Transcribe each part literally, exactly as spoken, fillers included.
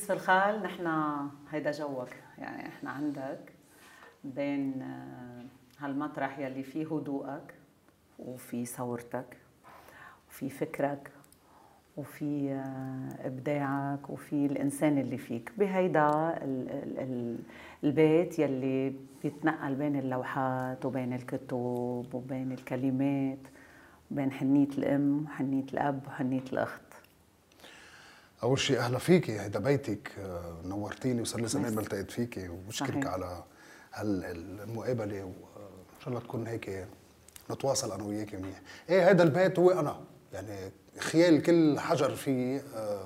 يوسف الخال، نحن هيدا جوك، يعني احنا عندك بين هالمطرح يلي فيه هدوءك وفي ثورتك وفي فكرك وفي إبداعك وفي الإنسان اللي فيك بهيدا ال ال ال البيت يلي بيتنقل بين اللوحات وبين الكتب وبين الكلمات وبين حنية الأم وحنية الأب وحنية الأخت. أول شيء أهلا فيكي، هيدا بيتك، نورتيني وصار لي زمان ما التقيت فيكي، وبشكرك على هالمقابلة، وإن شاء الله تكون هيك نتواصل أنا وياكي منيح. إيه هيدا البيت هو أنا، يعني خيال كل حجر فيه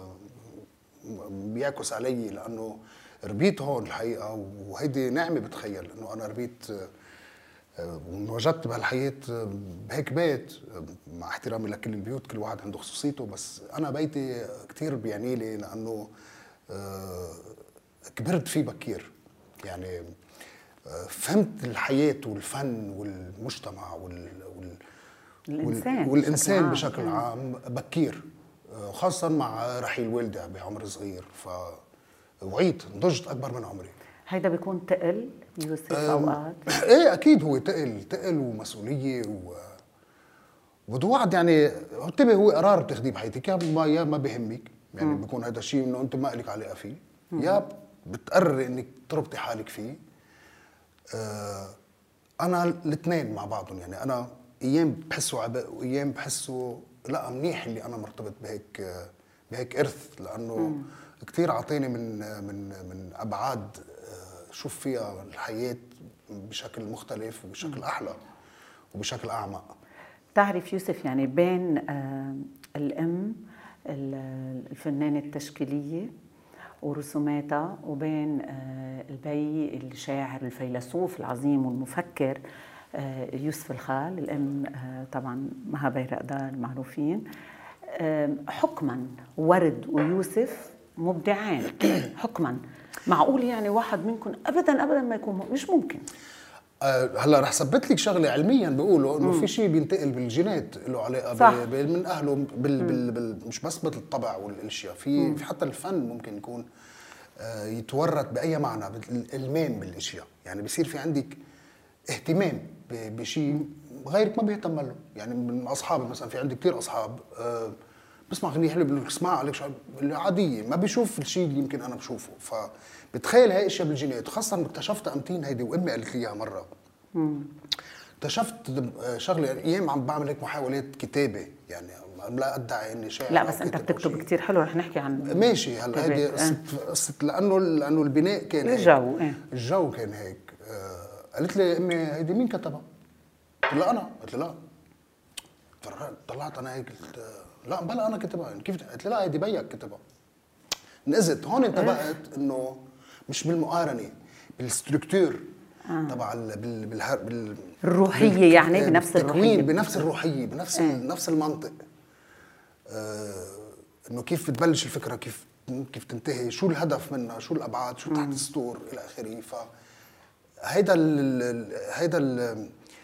بيعكس علي، لأنه ربيت هون الحقيقة، وهيدي نعمة بتخيل إنه أنا ربيت وانوجدت بهالحياة بهيك بيت، مع احترامي لكل البيوت كل واحد عنده خصوصيته، بس أنا بيتي كتير بيعني لي لأنه كبرت فيه بكير، يعني فهمت الحياة والفن والمجتمع وال الإنسان, والإنسان بشكل عام بكير، خاصة مع رحيل والدي بعمر صغير، فوعيت نضجت أكبر من عمري. هيدا بيكون تقل يوسف اوقات؟ ايه اكيد هو تقل تقل ومسؤوليه و وبده وعد، يعني انتبه، هو قرار بتاخديه بحياتك، يا ما يا ما بيهمك، يعني م. بيكون هذا الشيء انه انت ما لك علاقه فيه، م. يا بتقرري انك تربطي حالك فيه. آه انا الاثنين مع بعضهم، يعني انا ايام بحسه عبء وايام بحسه لا منيح اللي انا مرتبط بهيك بهيك ارث، لانه م. كثير اعطيني من من من ابعاد شوف فيها الحياة بشكل مختلف وبشكل أحلى وبشكل أعمق. تعرف يوسف، يعني بين آه الأم الفنانة التشكيلية ورسوماتها وبين آه البي الشاعر الفيلسوف العظيم والمفكر آه يوسف الخال، الأم آه طبعا مها بيرقدار معروفين، آه حكما ورد ويوسف مبدعين حكما، معقول يعني واحد منكم ابدا ابدا ما يكون مش ممكن؟ أه هلا رح ثبت لك شغله علميا، بيقولوا انه في شيء بينتقل بالجينات له علاقه من اهله بال بال بال مش بس بالطبع والاشياء، في في حتى الفن ممكن يكون آه يتورث باي معنى، الالمام بالاشياء، يعني بصير في عندك اهتمام بشيء غيرك ما بيهتم له، يعني من اصحابي مثلا في عندي كثير اصحاب آه بسمع غنية حلوة بقول لك اسمع عليك شو عادية، ما بيشوف الشيء اللي يمكن أنا بشوفه، فبتخيل هاي أشياء بالجينات، خاصة اكتشفتها أمتين هيدي وأمي قالت لي إياها مرة. مم. اكتشفت شغلة أيام عم بعمل هيك محاولات كتابة، يعني لا أدعي إني شاعر، لا بس أنت بتكتب كتير حلو، رح نحكي عن ماشي. هلا هيدي قصة قصة لأنه لأنه البناء كان هيك، الجو إيه؟ الجو كان هيك. آه قالت لي أمي هيدي مين كتبها؟ قلت لها أنا، قلت لها لا، طلعت أنا هيك قلت لا بلا انا كتبها، كيف؟ قلت لا هيدي بيك كتبها. نقزت هون، انتبهت انه مش بالمقارنه، بالستركتور آه. تبع بال بال الروحيه بال يعني بنفس الروحيه، بنفس الروحيه بنفس آه. نفس المنطق، آه انه كيف بتبلش الفكره، كيف كيف تنتهي، شو الهدف منها، شو الابعاد، شو تحت السطور الى اخره. ف هيدا ال هيدا ال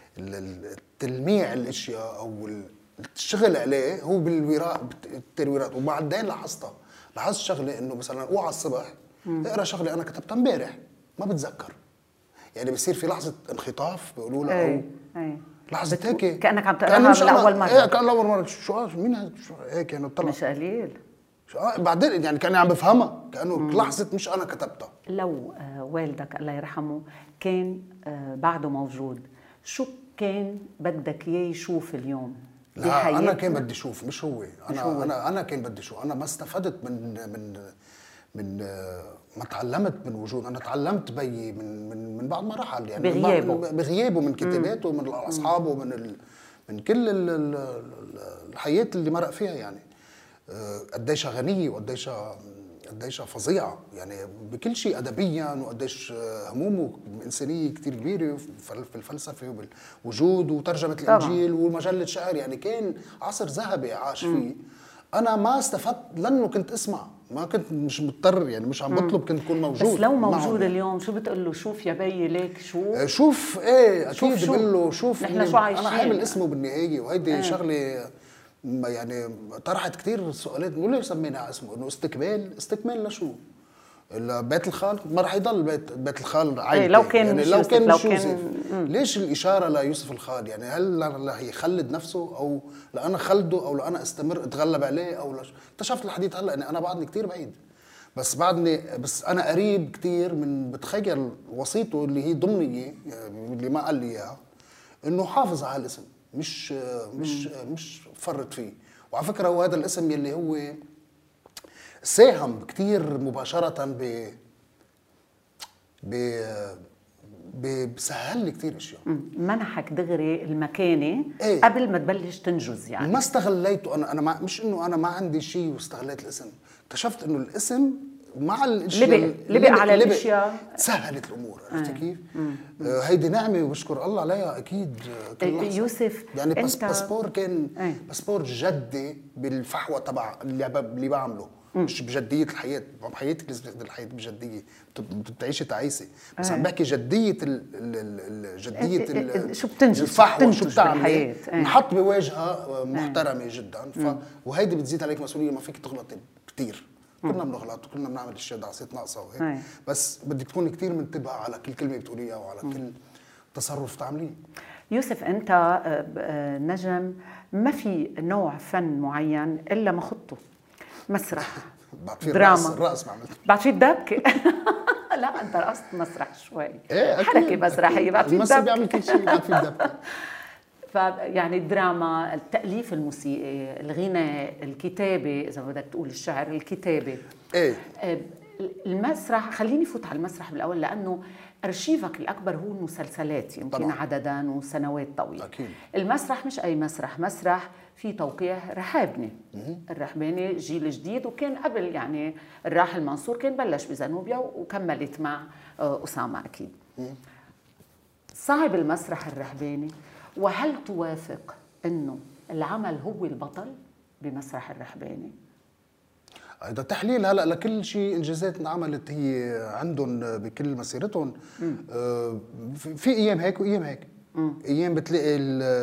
التلميع الاشياء او الشغل عليه هو بالوراء بالترويرات. وبعدين لاحظتها لاحظت شغله، انه مثلا اوعى الصبح اقرا شغله انا كتبتها امبارح ما بتذكر، يعني بصير في لحظه انخطاف بيقولوا لها، او اي لحظه هيك كانك عم تقراها من اول مره. ايه كان اول مره، شو مين هيك يعني طلع مش قليل. بعدين يعني كاني عم بفهمها، كانه مم. لحظه مش انا كتبتها. لو والدك الله يرحمه كان بعده موجود، شو كان بدك اياه يشوف اليوم؟ لا انا كان بدي اشوف، مش هو. انا مش هو. انا انا كان بدي اشوف. انا ما استفدت من من من ما تعلمت من وجود، انا تعلمت بيي من من من بعد ما رحل، يعني بغيابه بغيابه من كتاباته ومن اصحابه ومن ال من كل ال ال الحياه اللي مرق فيها، يعني قديش غنيه وقديش قديش فظيعه، يعني بكل شيء ادبيا، وقديش همومه انسانيه كثير كبيره في الفلسفه وبالوجود وترجمه الانجيل ومجله شعر، يعني كان عصر ذهبي عاش فيه. انا ما استفدت لانه كنت اسمع، ما كنت مش مضطر، يعني مش عم بطلب، كنت كون موجود. بس لو موجود اليوم شو بتقول له؟ شوف يا بيي ليك شوف شوف ايه اكيد بقول له شوف نحن شو عايشين، انا حامل اسمه بالنهايه، وهيدي اه. شغله يعني طرحت كثير سؤالات، بقول له سمينا اسمه انه استكمال، استكمال لشو؟ بيت الخال ما رح يضل بيت بيت الخال عائلتي. إيه لو كان يعني مش لو يوسف، كان لو مش كان يوسف مم. ليش الاشاره ليوسف الخال؟ يعني هل رح يخلد نفسه او لانا خلده او لانا استمر اتغلب عليه او لش... اكتشفت الحديث هلا اني انا بعدني كثير بعيد، بس بعدني بس انا قريب كثير من بتخيل وصيته اللي هي ضمنيه اللي ما قال لي اياها انه حافظ على الاسم، مش مش مم. مش فرط فيه. وعلى فكره هو هذا الاسم يلي هو ساهم كثير مباشره ب ب بسهل لي كثير اشياء. منحك دغري المكانه ايه؟ قبل ما تبلش تنجز يعني. ما استغليته انا انا ما مش انه انا ما عندي شيء واستغليت الاسم، اكتشفت انه الاسم مع الاشياء لبق لبق على الاشياء سهلت الامور. عرفتي كيف؟ آه هيدي نعمه وبشكر الله عليها اكيد. يوسف يعني بس باسبور كان ايه؟ باسبور جدي بالفحوى تبع اللي اللي بعمله، مش بجديه الحياه، بحياتك لازم تاخذي الحياه بجديه، بتعيشي تعيسه، بس عم بحكي جديه ال ال جديه ال شو بتنجز الفحوى شو بتعملي بالحياه، نحط بواجهه محترمه جدا. ف وهيدي بتزيد عليك مسؤوليه، ما فيك تغلطي كثير، كلنا بنغلط وكلنا بنعمل اشياء دعسات ناقصه وهيك، بس بدك تكوني كثير منتبهه على كل كلمه بتقوليها وعلى كل تصرف تعمليه. يوسف انت نجم ما في نوع فن معين الا ما خطه، مسرح دراما الرقص ما عملت بعد في الدبكه لا انت رقصت مسرح شوي، ايه حركه مسرحيه بعد في الدبكه، بيعمل كل شيء بعد في الدبكه. فيعني الدراما، التأليف الموسيقي، الغناء، الكتابة، إذا بدك تقول الشعر، الكتابة. إيه؟ المسرح، خليني فوت على المسرح بالأول لأنه أرشيفك الأكبر هو المسلسلات يمكن طبعا. عددا وسنوات طويلة. أكيد. المسرح مش أي مسرح، مسرح في توقيع رحابني. الرحباني جيل جديد، وكان قبل يعني الراحل منصور كان بلش بزنوبيا وكملت مع أسامة أكيد. مم. صعب المسرح الرحباني، وهل توافق انه العمل هو البطل بمسرح الرحباني؟ هذا تحليل هلا لكل شيء انجازات انعملت هي عندهم بكل مسيرتهم. آه في ايام هيك وايام هيك. مم. ايام بتلاقي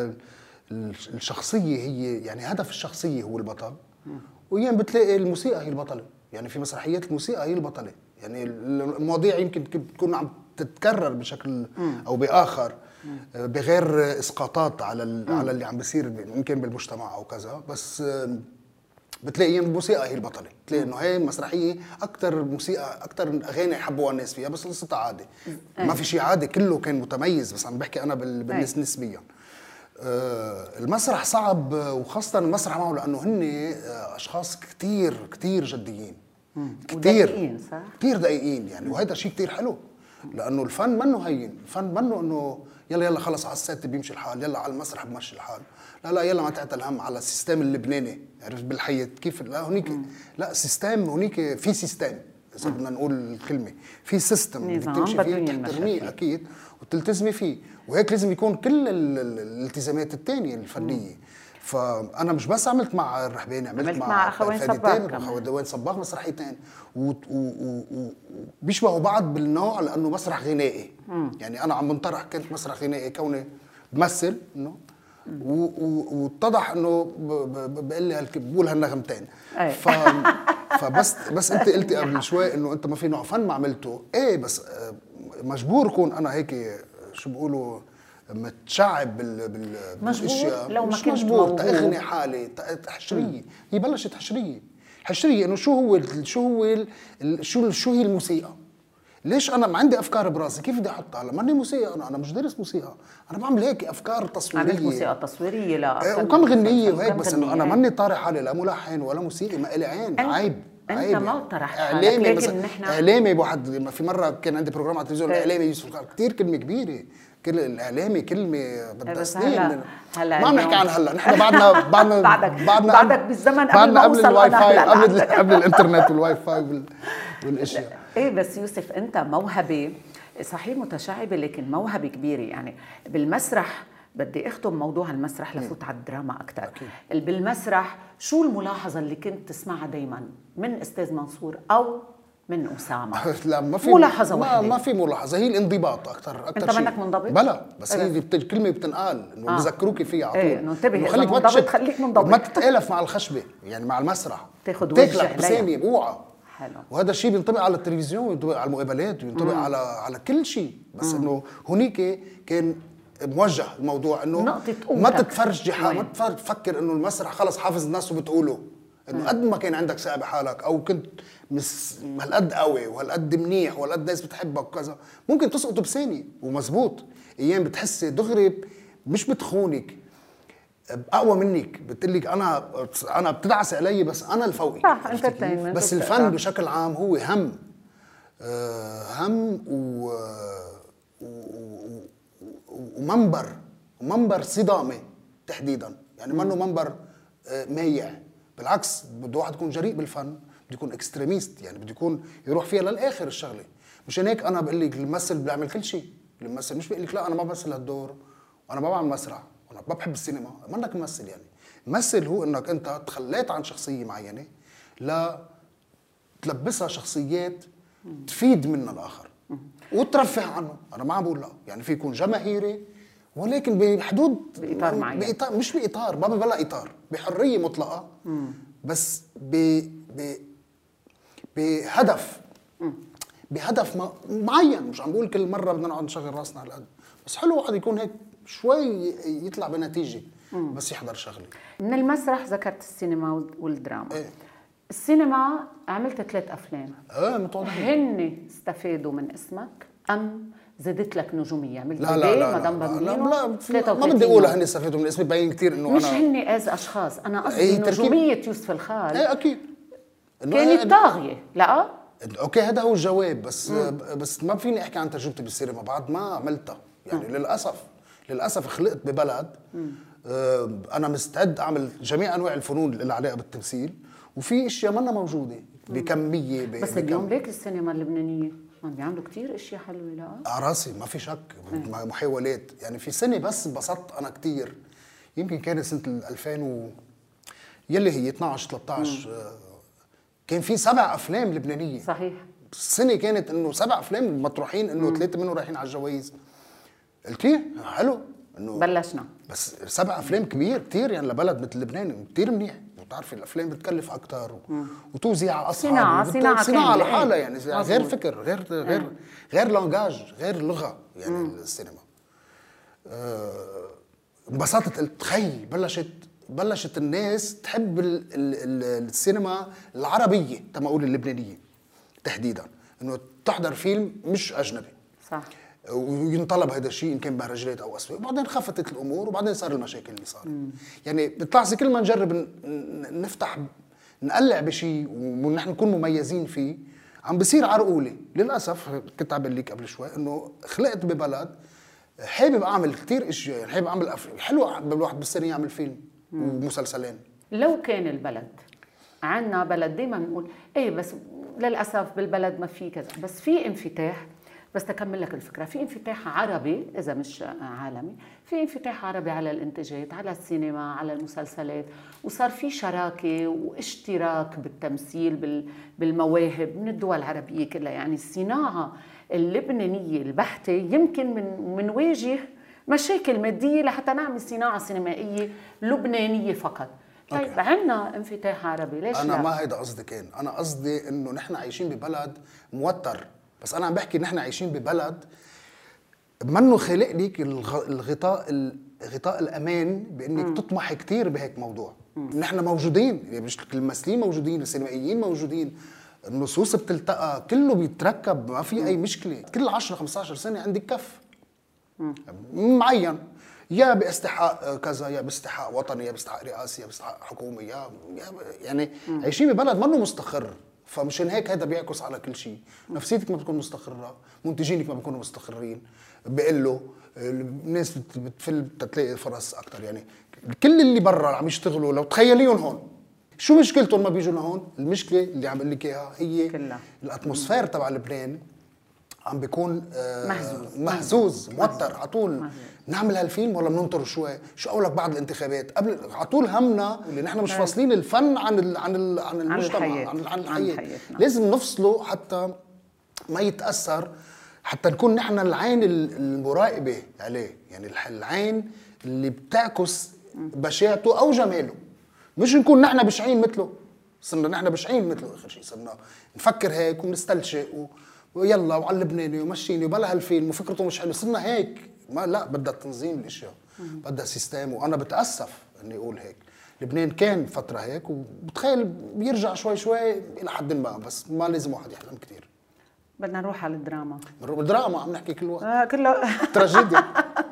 الشخصيه هي يعني هدف الشخصيه هو البطل، وايام بتلاقي الموسيقى هي البطله، يعني في مسرحيات الموسيقى هي البطله، يعني المواضيع يمكن تكون عم تتكرر بشكل او باخر بغير اسقاطات على على اللي عم بيصير يمكن بالمجتمع او كذا، بس بتلاقي الموسيقى هي البطله، بتلاقي انه هي المسرحيه اكثر موسيقى اكثر اغاني يحبوها الناس فيها، بس قصتها عادي، ما في شيء عادي، كله كان متميز، بس عم بحكي انا بالنسبه نسبيا. المسرح صعب، وخاصه المسرح معه لانه هن اشخاص كثير كثير جديين، كثير صح؟ كثير دقيقين يعني، وهذا شيء كثير حلو لانه الفن منه هين، الفن منه انه يلا يلا خلص على السات بيمشي الحال، يلا على المسرح بمشي الحال، لا لا يلا ما تعتل هم على السيستم اللبناني، عرفت بالحياه كيف؟ لا هنيك لا سيستم، هنيك في سيستم اذا بدنا نقول الكلمه، في سيستم بدك تمشي فيه تحترميه اكيد وتلتزمي فيه، وهيك لازم يكون كل الالتزامات الثانيه الفنيه. فانا مش بس عملت مع الرحباني، عملت, عملت مع, مع اخوين صباغ اخوين صباغ مسرحيتين وبيشبهوا بعض بالنوع لانه مسرح غنائي. مم. يعني انا عم بنطرح كنت مسرح غنائي كوني بمثل انه واتضح انه بقول لي بقول هالنغمتين. ف فبس بس انت قلتي قبل شوي انه انت ما في نوع فن ما عملته، ايه بس مجبور كون انا هيك شو بيقولوا متشعب بال بال بالاشياء، لو ما كنت مجبور تاغني حالي حشريه، هي بلشت حشريه، حشريه انه شو هو شو هو شو شو هي الموسيقى؟ ليش انا ما عندي افكار براسي كيف بدي احطها؟ هلا ماني موسيقى، انا انا مش دارس موسيقى، انا بعمل هيك افكار تصويريه، عملت موسيقى تصويريه لا وكم غنيه وهيك، بس انه انا ماني طارح حالي لا ملحن ولا موسيقي، ما لي عين، عيب انت ما طرحت حالك، لكن نحن اعلامي بواحد في مره كان عندي بروجرام على التلفزيون الاعلامي يوسف الخال، كثير كلمه كبيره، كل الاعلامي كلمه بدها سنين، هلا هلا ما بنحكي عن هلا، نحن بعدنا بعدنا بعدك بعدنا بعدك بالزمن قبل ما اوصل الواي فاي، قبل قبل الانترنت والواي فاي والاشياء. ايه بس يوسف انت موهبه صحيح متشعبه، لكن موهبه كبيره، يعني بالمسرح بدي اختم موضوع المسرح لفوت على الدراما اكثر. بالمسرح شو الملاحظه اللي كنت تسمعها دائما من استاذ منصور او من اسامه؟ لا ما في ملاحظه واحده، ما, ما في ملاحظه، هي الانضباط اكثر اكثر شيء. انت منك منضبط؟ بلا بس هي بتج... كلمه بتنقال انه آه. بذكروكي فيها على طول، ايه انه انتبهي خليك منضبط، خليك منضبط، ما تتالف مع الخشبه، يعني مع المسرح تاخذ تاكلك بسامي اوعى حلو. وهذا الشيء بينطبق على التلفزيون وينطبق على المقابلات وينطبق على على كل شيء، بس انه هنيك كان موجه الموضوع انه ما تتفرجي ما تفكر انه المسرح خلص حافظ الناس وبتقوله، انه قد ما كان عندك ثقه بحالك او كنت مس هالقد قوي وهالقد منيح وهالقد ناس بتحبك وكذا، ممكن تسقط بثانيه ومزبوط. ايام بتحسي دغري مش بتخونك، اقوى منك، بتقول لك انا انا بتدعس علي بس انا الفوقي. صح، انترتينمنت. بس الفن بشكل عام هو هم هم و ومنبر ومنبر صدامه تحديدا، يعني ما انه منبر مايع، بالعكس بده واحد يكون جريء بالفن، بده يكون اكستريميست، يعني بده يكون يروح فيها للاخر الشغله. مشان هيك انا بقول لك الممثل بيعمل كل شيء، الممثل مش بقول لك لا انا ما بمثل هالدور وانا ما بعمل مسرح وانا ما بحب السينما، ما انك ممثل. يعني الممثل هو انك انت تخليت عن شخصيه معينه لا تلبسها شخصيات تفيد منها الاخر وترفه عنه. انا ما عم بقول لا، يعني في يكون جماهيري ولكن بحدود باطار معين، بإطار مش باطار ما بلا اطار، بحريه مطلقه، مم. بس ب ب بهدف مم. بهدف ما معين. مش عم بقول كل مره بدنا نقعد نشغل راسنا على القد، بس حلو واحد يكون هيك شوي يطلع بنتيجه، مم. بس يحضر شغله. من المسرح ذكرت السينما والدراما. ايه؟ السينما عملت ثلاث افلام. اه متواضعين. هن استفادوا من اسمك ام زدت لك نجوميه؟ عملت لا لا لا مدام لا, بابلينو لا, لا ما بدي اقولها هن استفادوا من اسمي، باين كثير انه مش انا هن از اشخاص، انا قصدي نجوميه يوسف الخال. ايه اكيد كانت طاغيه. لا اوكي هذا هو الجواب، بس مم. بس ما فيني احكي عن تجربتي بالسينما بعد ما عملتها، يعني مم. للاسف للاسف خلقت ببلد آه انا مستعد اعمل جميع انواع الفنون اللي علاقه بالتمثيل، وفي اشياء منا موجوده بكميه بس بكم. اليوم ليك السينما اللبنانيه عم بيعملوا كثير اشياء حلوه. لا على راسي ما في شك، مم. محاولات. يعني في سنه بس انبسطت انا كثير، يمكن كانت سنه ألفين و يلي هي اثنعش ثلاثة عشر آه كان في سبع افلام لبنانيه. صحيح. السنه كانت انه سبع افلام مطروحين، انه ثلاثه منهم رايحين على الجوائز. قلت ايه حلو انه بلشنا، بس سبع افلام كبير كثير يعني لبلد مثل لبنان، كثير منيح. وبتعرفي الافلام بتكلف اكثر وتوزيع على اصعب، صناعه صناعه صناعه لحالها، يعني غير فكر، غير غير غير لانجاج، غير لغه يعني. مم. السينما انبسطت. قلت خي بلشت بلشت الناس تحب ال ال ال السينما العربيه تما اقول اللبنانيه تحديدا، انه تحضر فيلم مش اجنبي. صح. وينطلب هذا الشيء ان كان مهرجانات او اسواق، وبعدين خفتت الامور وبعدين صار المشاكل اللي صارت. يعني بتلاحظي كل ما نجرب نفتح نقلع بشيء ونحن نكون مميزين فيه عم بصير عرقوله. للاسف كنت عم بقول لك قبل شوي انه خلقت ببلد حابب اعمل كثير اشياء، يعني حابب اعمل أف... حلو الواحد بالسنه يعمل فيلم ومسلسلين. لو كان البلد عنا بلد دائما بنقول ايه بس للاسف بالبلد ما في كذا، بس في انفتاح. بس تكمل لك الفكره، في انفتاح عربي اذا مش عالمي، في انفتاح عربي على الانتاجات، على السينما، على المسلسلات، وصار في شراكه واشتراك بالتمثيل بالمواهب من الدول العربيه كلها. يعني الصناعه اللبنانيه البحته يمكن من منواجه مشاكل ماديه لحتى نعمل صناعه سينمائيه لبنانيه فقط. طيب عندنا انفتاح عربي، ليش انا لا؟ ما هيدا قصدي، كان انا قصدي انه نحن عايشين ببلد موتر، بس انا عم بحكي نحن عايشين ببلد منه خالق لك الغطاء الغطاء الامان بانك م. تطمح كثير بهيك موضوع. م. نحن موجودين، يعني مش الممثلين موجودين، السينمائيين موجودين، النصوص بتلتقى، كله بيتركب، ما في م. اي مشكله. كل عشرة خمسة عشر سنه عندك كف م. معين، يا باستحقاق كذا، يا باستحقاق وطني، يا باستحقاق رئاسي، يا باستحقاق حكومي، يا يعني م. عايشين ببلد منه مستقر. فمشان هيك هذا بيعكس على كل شيء. نفسيتك ما بتكون مستقره، منتجينك ما بيكونوا مستقرين، بقله الناس بتفل بتلاقي فرص اكثر. يعني كل اللي برا عم يشتغلوا لو تخيليهم هون شو مشكلتهم ما بيجوا لهون؟ المشكله اللي عم بقول لك اياها هي كلها الاتموسفير تبع لبنان عم بيكون مهزوز مهزوز موتر على طول. نعمل هالفيلم ولا بننطر شوي؟ شو اقول لك بعد الانتخابات؟ قبل على طول همنا اللي نحن مش فاصلين الفن عن ال عن ال عن المجتمع، عن عن الحياه. لازم نفصله حتى ما يتاثر، حتى نكون نحن العين المراقبه عليه، يعني العين اللي بتعكس بشاعته او جماله، مش نكون نحن بشعين مثله. صرنا نحن بشعين مثله اخر شيء، صرنا نفكر هيك ونستلشق و... ويلا وعلى اللبناني ومشيني وبلا هالفيلم وفكرته مش حلو، صرنا هيك. ما لا، بدها تنظيم الاشياء، بدها سيستم. وانا بتاسف اني اقول هيك، لبنان كان فتره هيك وبتخيل بيرجع شوي شوي الى حد ما، بس ما لازم واحد يحلم كثير. بدنا نروح على الدراما. بنروح الدراما، عم نحكي كل وقت آه كله تراجيديا.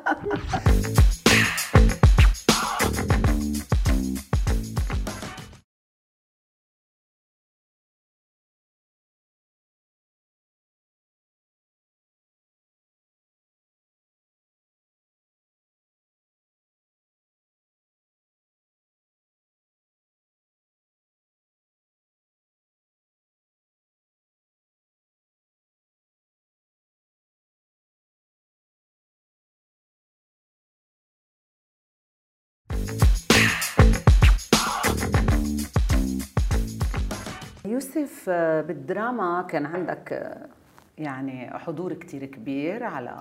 يوسف، بالدراما كان عندك يعني حضور كتير كبير على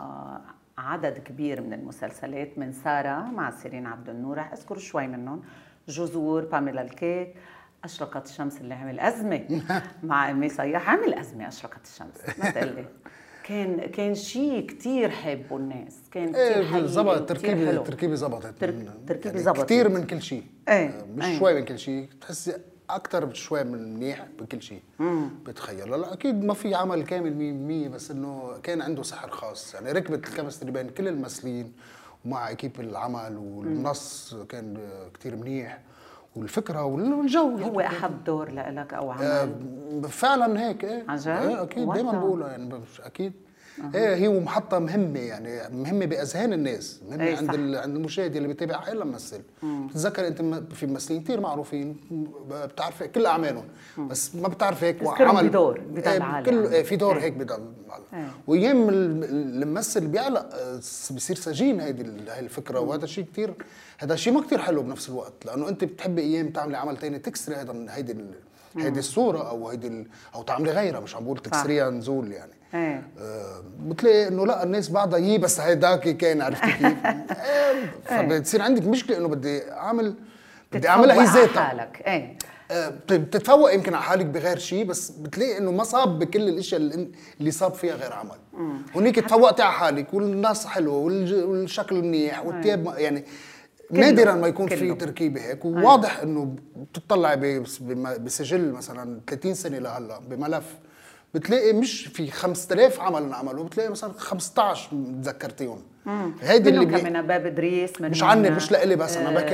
عدد كبير من المسلسلات، من سارة مع سيرين عبد النور، رح اذكر شوي منهم، جذور، باميلا الكيك، اشرقت الشمس اللي عمل ازمه مع امي صياح، عمل ازمه اشرقت الشمس، ما تقلي. كان كان شيء كثير حابه الناس، كان كثير حلو، زبط تركيبه تركيبه زبطت، تركيبه زبطت كثير من كل شيء، ايه مش ايه. شوي من كل شيء، بتحسي اكثر شوي من منيح بكل شيء. بتخيل لا اكيد ما في عمل كامل مية بالمية، بس انه كان عنده سحر خاص، يعني ركبت الكيمستري بين كل الممثلين ومع اكيب العمل، والنص كان كثير منيح، والفكره والجو. هو احب دور لك او عمل؟ آه فعلا هيك. ايه عن جد؟ ايه اكيد، دائما بقولها يعني اكيد. أه. ايه هي محطة مهمة، يعني مهمة بأذهان الناس، مهمة ايه عند عند المشاهد اللي بيتابع حي ممثل. بتتذكر انت في ممثلين كثير معروفين بتعرف كل اعمالهم، بس ما بتعرف هيك عمل بدور بضل ايه عالي، كل ايه في دور ايه هيك بضل. ايه وايام الممثل بيعلق بصير سجين هيدي هاي الفكرة. مم. وهذا الشيء كثير، هذا الشيء ما كثير حلو بنفس الوقت، لأنه أنت بتحبي ايام تعملي عمل ثاني تكسري هيدا هيدي هيدي الصورة او هيدي او تعملي غيرها، مش عم بقول تكسريها نزول يعني. ايه آه بتلاقي انه لا الناس بعدها يي بس هيداك كان، عرفتي كيف؟ آه فبتصير عندك مشكله انه بدي اعمل بدي اعملها هي ذاتها حالك. ايه آه بتتفوق يمكن على حالك بغير شيء، بس بتلاقي انه ما صاب بكل الاشياء اللي, اللي صاب فيها غير عمل. هونيك تفوقتي على حالك، والناس حلوه والشكل منيح والثياب، يعني نادرا ما يكون في تركيبه هيك. وواضح انه بتطلعي بسجل مثلا ثلاثين سنه لهلا بملف، بتلاقي مش في خمسة آلاف عمل انعملوا، بتلاقي مثلا خمسة عشر تذكرتيهم. هيدي اللي كمان باب ادريس، مش عني، مش لإلي بس انا بحكي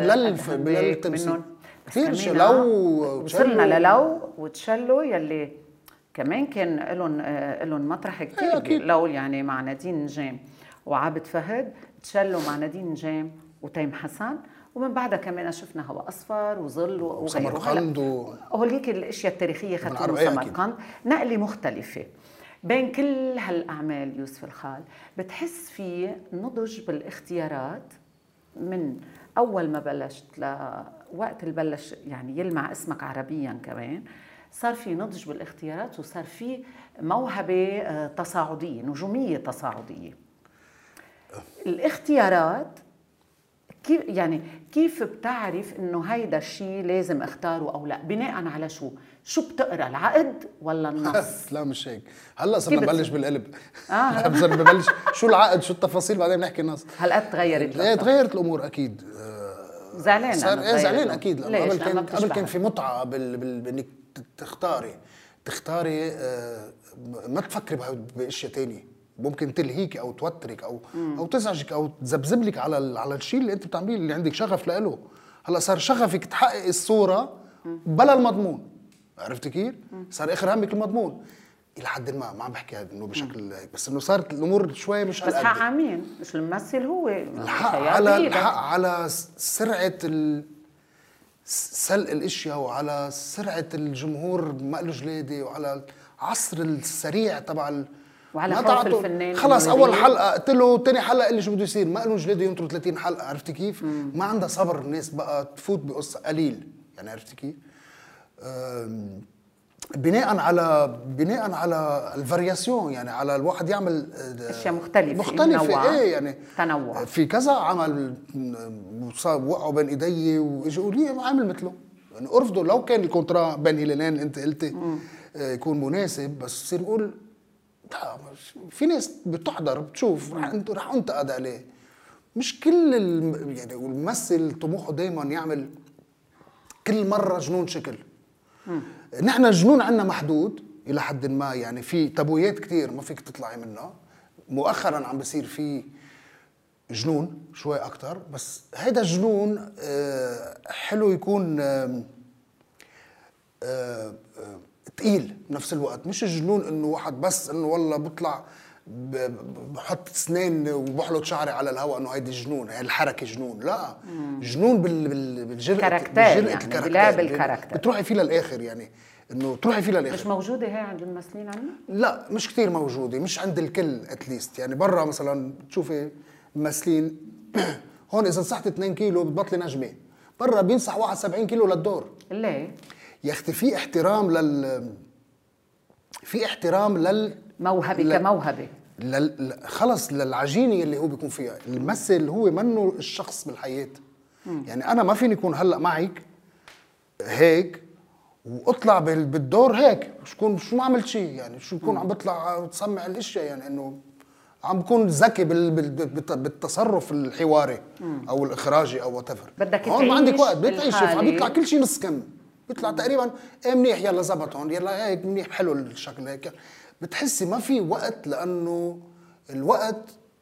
للتمثيل كثير. لو وصلنا للو وتشلوا يلي كمان كان لهم لهم مطرح كثير، لو يعني مع نادين نجام وعابد فهد، تشلوا مع نادين نجام وتيم حسن، ومن بعدها كمان شفنا هوا اصفر وظل وغيره. وسمرقند وهوليك الاشياء التاريخيه خاتون وسمرقند، نقله مختلفه بين كل هالاعمال. يوسف الخال، بتحس في نضج بالاختيارات من اول ما بلشت لوقت اللي بلش يعني يلمع اسمك عربيا كمان، صار في نضج بالاختيارات وصار في موهبه تصاعديه، نجوميه تصاعديه. الاختيارات كيف يعني كيف بتعرف انه هيدا الشيء لازم اختاره او لا؟ بناء على شو؟ شو بتقرا، العقد ولا النص؟ لا مش هيك، هلا صرنا نبلش بالقلب. اه صرنا ببلش شو العقد شو التفاصيل بعدين بنحكي النص. هلقد تغيرت؟ ايه تغيرت الامور اكيد. زعلان صار ايه زعلان اكيد. قبل كان قبل كان في متعه بال... بال... بانك تختاري تختاري آه ما تفكري باشياء ثانيه ممكن تلهيك او توترك او مم. او تزعجك او تذبذبلك على ال... على الشيء اللي انت بتعمليه، اللي عندك شغف له. هلا صار شغفك تحقق الصوره بلا المضمون، عرفتي كيف؟ صار اخر همك المضمون الى حد ما. ما عم بحكي انه بشكل هيك، بس انه صارت الامور شوي مش بس حق عمين، مش الممثل هو الحق على الحق على سرعه ال... سلق الاشياء، وعلى سرعه الجمهور ما له جلاده، وعلى العصر السريع تبع ال... وعلى خوف الفنان. خلاص اول حلقه قتله، ثاني حلقه اللي شو بده يصير، ما له جلاده ينطروا ثلاثين حلقه، عرفتي كيف؟ مم. ما عندها صبر الناس بقى تفوت بقصه قليل، يعني عرفتي كيف؟ بناء على بناء على الفارياسيون، يعني على الواحد يعمل اشياء مختلفه مختلفه. ايه يعني تنوع في كذا عمل وقعوا بين ايدي واجوا لي عامل مثله. يعني ارفضوا لو كان الكونترا بين هلالين اللي انت قلتي آه يكون مناسب، بس بصير نقول في ناس بتحضر بتشوف رح انت رح انتقد عليه. مش كل الم... يعني الممثل طموحه دائما يعمل كل مره جنون شكل. نحن الجنون عندنا محدود الى حد ما، يعني في تابويات كثير ما فيك تطلعي منها. مؤخرا عم بصير في جنون شوي اكثر، بس هيدا الجنون حلو يكون ثقيل بنفس الوقت. مش الجنون انه واحد بس انه والله بطلع بحط اسنان وبحلط شعري على الهواء انه هيدي جنون، هي الحركه جنون. لا، مم. جنون بال بال بالجرأة، كاركتر يعني بلعب الكاركتر، بتروحي فيه للاخر، يعني انه تروحي فيه للاخر. مش موجوده هي عند الممثلين عندنا؟ لا مش كثير موجوده، مش عند الكل اتليست. يعني برا مثلا بتشوفي ممثلين هون اذا نصحت اثنين كيلو بتبطلي نجمه، برا بينصح واحد سبعين كيلو للدور. ليه؟ يا اختي في احترام لل في احترام لل موهبه ل... كموهبه لل... خلص للعجينه اللي هو بيكون فيها. الممثل هو منه الشخص بالحياه. مم. يعني انا ما فيني اكون هلا معك هيك واطلع بالدور هيك شكون شو ما عملت شيء، يعني شو بكون عم بطلع تصمع الاشياء، يعني انه عم بكون ذكي بال... بال... بالتصرف الحواري او الاخراجي او وات ايفر. بدك هون ما عندك وقت، بتعيش عم بيطلع كل شيء نص كم، بيطلع تقريبا ايه منيح يلا زبط هون يلا هيك منيح حلو الشكل هيك. بتحسي ما في وقت لانه الوقت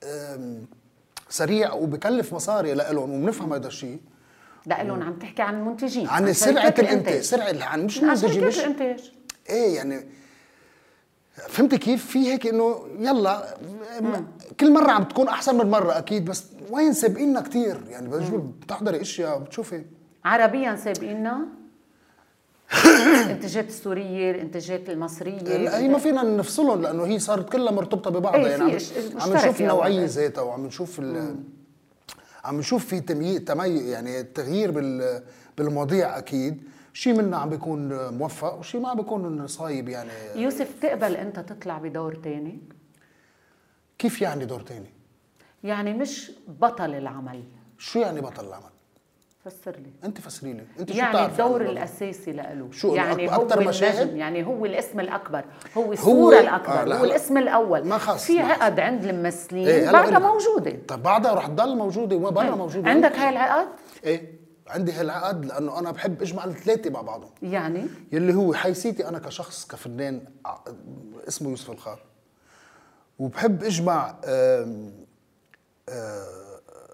سريع وبكلف مصاري لهم، وبنفهم هذا الشيء. لهم عم تحكي عن المنتجين، عن سرعه الانتاج، سرعه عن مش المنتجين مش الانتاج. ايه يعني فهمتي كيف؟ في هيك انه يلا مم. كل مره عم تكون احسن من مره اكيد، بس وين سابقيننا كثير. يعني بتحضري اشياء بتشوفي عربيا سابقيننا الانتاجات السوريه، الانتاجات المصريه، هي ما فينا نفصلهم لانه هي صارت كلها مرتبطه ببعضها. ايه يعني عم, عم نشوف النوعيه ذاتها، وعم نشوف عم نشوف في تمييز تمي يعني تغيير بال بالمواضيع. اكيد شيء منا عم بيكون موفق وشيء ما عم بيكون صايب. يعني يوسف تقبل انت تطلع بدور تاني؟ كيف يعني دور تاني؟ يعني مش بطل العمل. شو يعني بطل العمل؟ فسر لي انت، فسري لي انت. شو يعني الدور الاساسي له؟ شو يعني هو النجم، يعني هو الاسم الاكبر، هو هو الصوره الاكبر، آه هو الاسم الاول. ما خص في عقد عند الممثلين ايه بعدها موجوده. طب بعدها رح تضل موجوده وما برا ايه. موجوده. عندك هاي العقد؟ ايه عندي هالعقد، لانه انا بحب اجمع الثلاثه مع بعضهم. يعني يلي هو حيثيتي انا كشخص كفنان اسمه يوسف الخار، وبحب اجمع آم آم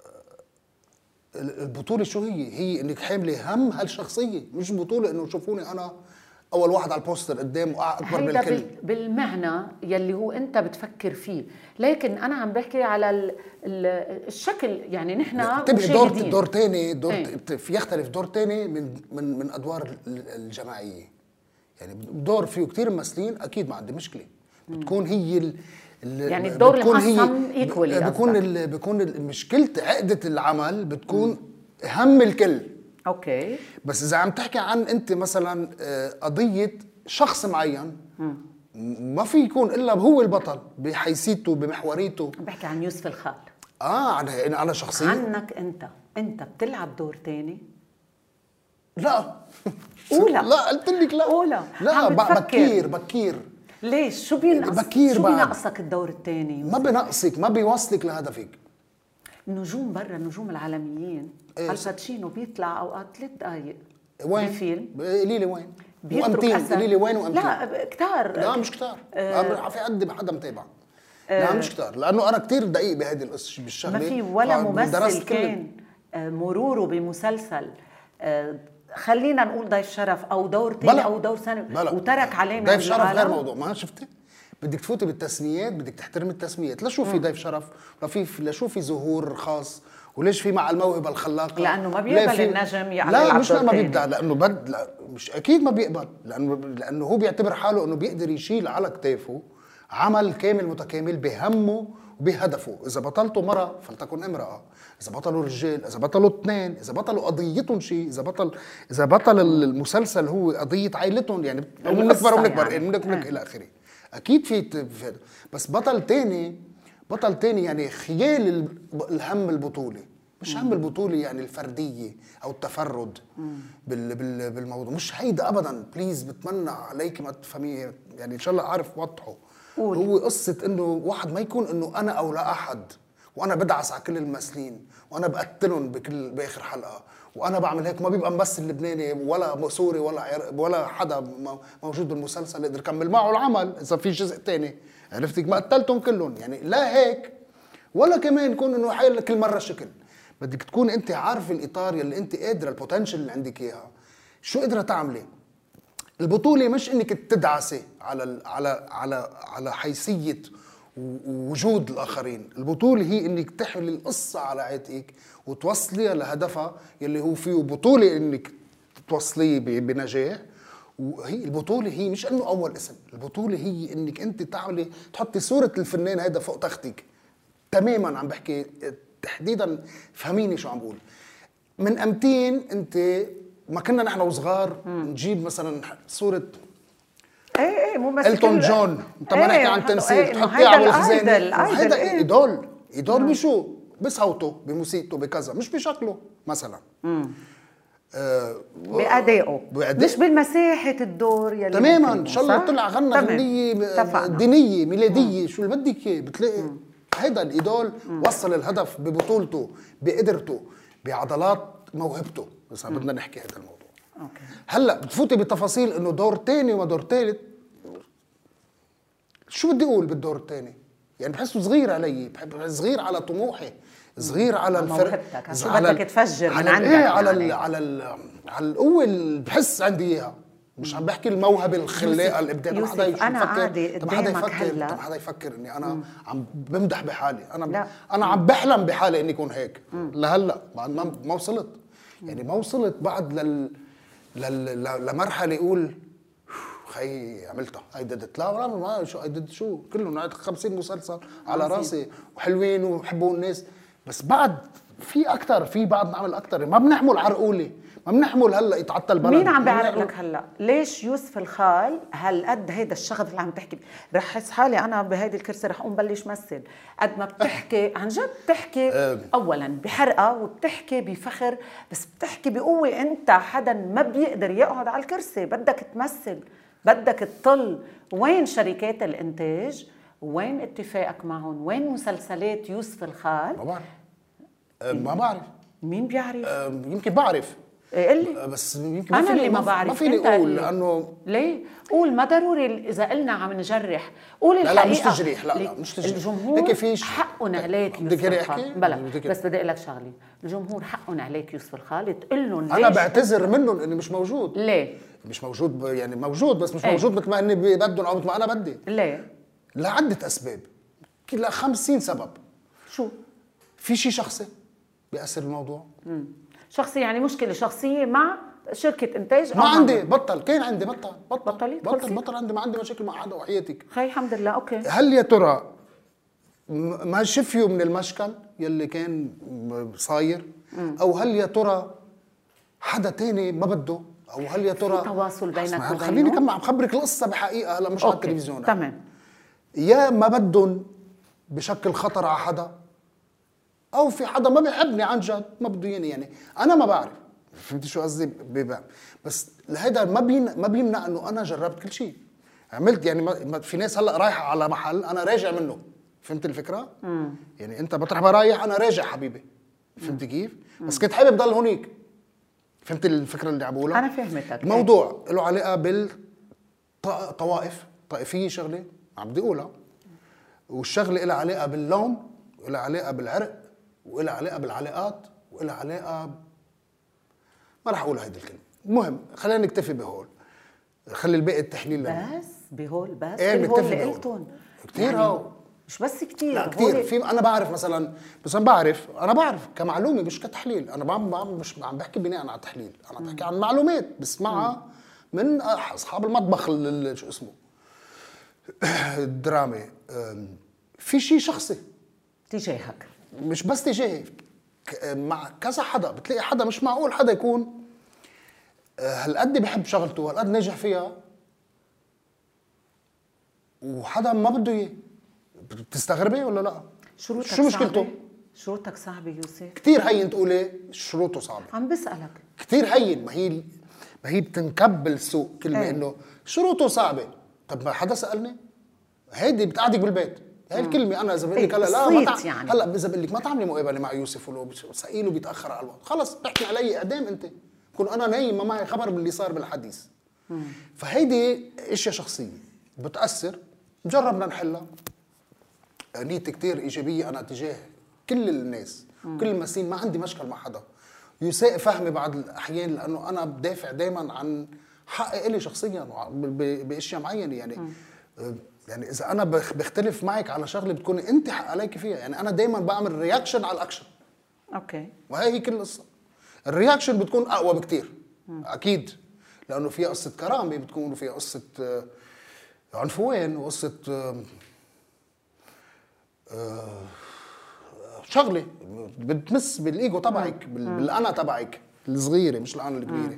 البطوله. شو هي؟ هي انك حامله هم هالشخصيه، مش بطوله انه شوفوني انا اول واحد على البوستر قدام واكبر من الكل. هيدا بالمعنى يلي هو انت بتفكر فيه، لكن انا عم بحكي على ال ال الشكل. يعني نحن انتبهي دور دور ثاني، دور ايه؟ في يختلف دور ثاني من من من ادوار الجماعيه. يعني دور فيه كثير ممثلين اكيد ما عندي مشكله، بتكون هي ال يعني الدور المقسم ايكولي. بكون بكون مشكله عقده العمل بتكون مم. هم الكل. اوكي، بس اذا عم تحكي عن انت مثلا قضيه شخص معين مم. ما في يكون الا هو البطل بحيثيته بمحوريته. عم بحكي عن يوسف الخال. اه عن انا شخصيا. عنك انت انت بتلعب دور تاني؟ لا قولها. لا قلت لك لا. قولها. لا بكير بكير. ليش؟ شو بينقص؟ بكير. شو بينقصك الدور الثاني؟ ما بينقصك، ما بيوصلك لهدفك. النجوم برا، النجوم العالميين، إيه؟ الباتشينو بيطلع اوقات ثلاث دقائق وين؟ بفيلم. قولي لي وين؟ وامتين قولي لي وين وامتين؟ لا كتار. لا مش كتار. أه في قد حدا متابع. أه لا مش كتار، لانه انا كتير دقيق بهذه القصه بالشغله. ما في ولا ممثل كان مروره بمسلسل أه خلينا نقول ضيف شرف او دور ثاني او دور ثاني وترك علامه. ضيف شرف غير موضوع. ما شفتي؟ بدك تفوتي بالتسميات، بدك تحترمي التسميات. لا شو في ضيف شرف، لا في لا شو في ظهور خاص، وليش في مع الموهبه الخلاقه. لانه ما بيقبل النجم يعمل. لا مش ما بيبدع، لانه بد لا مش اكيد ما بيقبل، لانه لانه هو بيعتبر حاله انه بيقدر يشيل على كتافه عمل كامل متكامل بهمه وبهدفه. اذا بطلته مره فلتكن امراه، اذا بطلوا رجال، اذا بطلوا اثنين، اذا بطلوا قضيتهم شيء، اذا بطل اذا بطل المسلسل هو قضيه عائلتهم، يعني بنكبر وبنكبر يعني بنكبر الى اخره. اكيد في بس بطل تاني، بطل تاني يعني خيال الهم البطوله. مش هم البطوله يعني الفرديه او التفرد بال بال بالموضوع، مش هيدا ابدا. بليز بتمنى عليك ما تفهميه يعني، ان شاء الله اعرف وضحه. قول. هو قصه انه واحد ما يكون انه انا او لا احد، وانا بدعس على كل الممثلين، وانا بقتلهم بكل باخر حلقه، وانا بعمل هيك. ما بيبقى ممثل لبناني ولا سوري ولا عر... ولا حدا موجود بالمسلسل يقدر يكمل معه العمل اذا في جزء ثاني. عرفتك؟ ما قتلتهم كلهم يعني، لا هيك ولا كمان يكون انه حيل كل مره شكل. بدك تكون انت عارف الاطار يلي انت قادره، البوتنشل اللي عندك اياها، شو قادره تعملي. البطوله مش انك تدعسي على على على على حيثيه ووجود الاخرين. البطوله هي انك تحمل القصه على عاتقك وتوصليها لهدفها يلي هو فيه بطوله انك توصليه بنجاح. وهي البطوله هي مش انه اول اسم، البطوله هي انك انت تعملي تحطي صوره الفنان هذا فوق تختك تماما. عم بحكي تحديدا، فهميني شو عم بقول. من امتين انت ما كنا نحن وصغار نجيب مثلا صوره ايه ايه مو بس إلتون جون، انت ما نحكي عن تمثيل، تحطيه على الخزانه. هيدا ايدول، ايدول بشو؟ بصوته، بموسيقته، بكذا، مش بشكله مثلا. امم آه بأدائه، مش بالمساحة الدور يلي تماما. ان شاء الله طلع غنى غنية دينية ميلادية، شو اللي بدك اياه بتلاقي. مم. هيدا الايدول وصل الهدف ببطولته، بقدرته، بعضلات موهبته. بس بدنا نحكي هذا الموضوع. أوكي. هلا بتفوتي بتفاصيل انه دور تاني وما دور تالت. شو بدي اقول بالدور الثاني؟ يعني بحسه صغير علي، بحب صغير على طموحي، صغير على الفرق، شو بدك تفجر من عندك ايه يعني. على ال على ال على القوه اللي بحس عندي اياها. مش عم بحكي الموهبه الخلاقه الابداع. ما حدا يفكر، طب حدا يفكر طب حدا يفكر اني انا مم. عم بمدح بحالي. انا لا. انا عم بحلم بحالي اني اكون هيك. مم. لهلا بعد ما ما وصلت. يعني ما وصلت بعد لل, لل... لمرحله اقول خي عملتها اي ديدت. لا ولا ما شو اي ديد شو كلهم خمسين مسلسل على راسي وحلوين وبحبوا الناس. بس بعد في اكثر، في بعد نعمل اكثر. ما بنحمل عرقوله، ما بنحمل هلا يتعطل البلد. مين عم بيعرق لك هلا؟ ليش يوسف الخال هالقد هيدا الشغف اللي عم تحكي؟ رح احس حالي انا بهيدي الكرسي رح اقوم بلش مثل. قد ما بتحكي عن جد بتحكي اولا بحرقه وبتحكي بفخر، بس بتحكي بقوه. انت حدا ما بيقدر يقعد على الكرسي، بدك تمثل، بدك تطل. وين شركات الانتاج؟ وين اتفاقك معهم؟ وين مسلسلات يوسف الخال؟ ما بعرف. أه ما بعرف. مين بيعرف؟ أه يمكن بعرف. قل لي. بس يمكن انا اللي ما بعرف. ما فيني اقول لانه ليه؟ قول. ما ضروري اذا قلنا عم نجرح، قول الحقيقه. لا لا مش تجريح. لا لا مش تجريح. الجمهور حقهم عليك يوسف الخال. بلا بس بدي اقول لك شغله، الجمهور حقهم عليك يوسف الخال تقول لهم ليش. انا بعتذر منهم اني مش موجود. ليه؟ مش موجود يعني موجود بس مش ايه؟ موجود مثل ما اني بدهم او مثل ما انا بدي. ليه؟ لعده اسباب، لا خمسين سبب. شو؟ في شيء شخصي بيأثر الموضوع. امم شخصي يعني مشكله شخصيه مع شركه انتاج. ما عندي بطل، كان عندي بطل بطل بطل بطل, بطل عندي، ما عندي مشاكل مع حدا وحياتك. خي الحمد لله. اوكي. هل يا ترى ما شفيوا من المشكل يلي كان صاير، او هل يا ترى حدا تاني ما بده، او هل يا ترى في تواصل بينك وبينه؟ خليني كم عم خبرك القصه بحقيقه هلا مش على التلفزيون. تمام. يا ما بدهم بشكل خطر على حدا، او في حدا ما بيحبني عن جد ما بده ياني. يعني انا ما بعرف. فهمتي شو قصدي؟ بيبقى بس لهيدا ما بين ما بيمنع انه انا جربت كل شيء، عملت. يعني ما في ناس هلا رايحه على محل انا راجع منه. فهمت الفكره؟ مم. يعني انت مطرح ما رايح انا راجع حبيبي. فهمت كيف؟ بس كنت حابب ضل هونيك. فهمت الفكره اللي عم بقولها؟ انا فهمتك. الموضوع له علاقه بالطوائف، طائفيه شغله عم بدي اقولها، والشغله لها علاقه باللون، ولها علاقه بالعرق، وإلها علاقه بالعلاقات، وإلها علاقه ما رح اقول هيدي الكلمه. المهم خلينا نكتفي بهول، خلي الباقي التحليل لنا. بس بهول بس ايه بهول اللي قلتهم كثير. يعني هو مش بس كثير، لا كثير. في انا بعرف مثلا، بس انا بعرف انا بعرف كمعلومه مش كتحليل. انا ما مش عم بحكي بناء على تحليل، انا عم بحكي عن معلومات بسمعها من اصحاب المطبخ شو اسمه الدرامي. في شيء شخصي تجاهك، مش بس تجاهي، مع كذا حدا. بتلاقي حدا مش معقول حدا يكون هالقد بحب شغلته وهالقد ناجح فيها وحدا ما بده اياه. بتستغربي ولا لا؟ شروطك شو مشكلته؟ شروطك صعبه يوسف؟ كثير هين تقولي شروطه صعبه. عم بسالك. كثير هين، ما هي ما هي بتنكب بالسوق كلمه ايه؟ انه شروطه صعبه. طب ما حدا سالني؟ هيدي بتقعدك بالبيت. هاي الكلمه انا اذا بقول لك هلا لا ما تع... يعني. هلا اذا بقول لك ما تعملي مقابله مع يوسف ولو سائله بيتاخر على الوقت، خلص بتحكي علي اعدام انت. بكون انا نايم ما معي خبر باللي صار بالحديث. مم. فهيدي اشياء شخصيه بتاثر، جربنا نحلها. نيتي كثير ايجابيه انا تجاه كل الناس، مم. كل المسين، ما عندي مشكل مع حدا. يساء فهمي بعض الاحيان لانه انا بدافع دائما عن حقي الي شخصيا باشياء معينه يعني. مم. يعني اذا انا بختلف معك على شغله بتكوني انت حق عليك فيها، يعني انا دائما بعمل رياكشن على الاكشن. اوكي. وهي هي كل القصه. الرياكشن بتكون اقوى بكثير اكيد، لانه فيها قصه كرامه، بتكون فيها قصه عنفوان وقصه شغله بتمس بالايجو تبعك، بالانا تبعك الصغيره مش الانا الكبيره.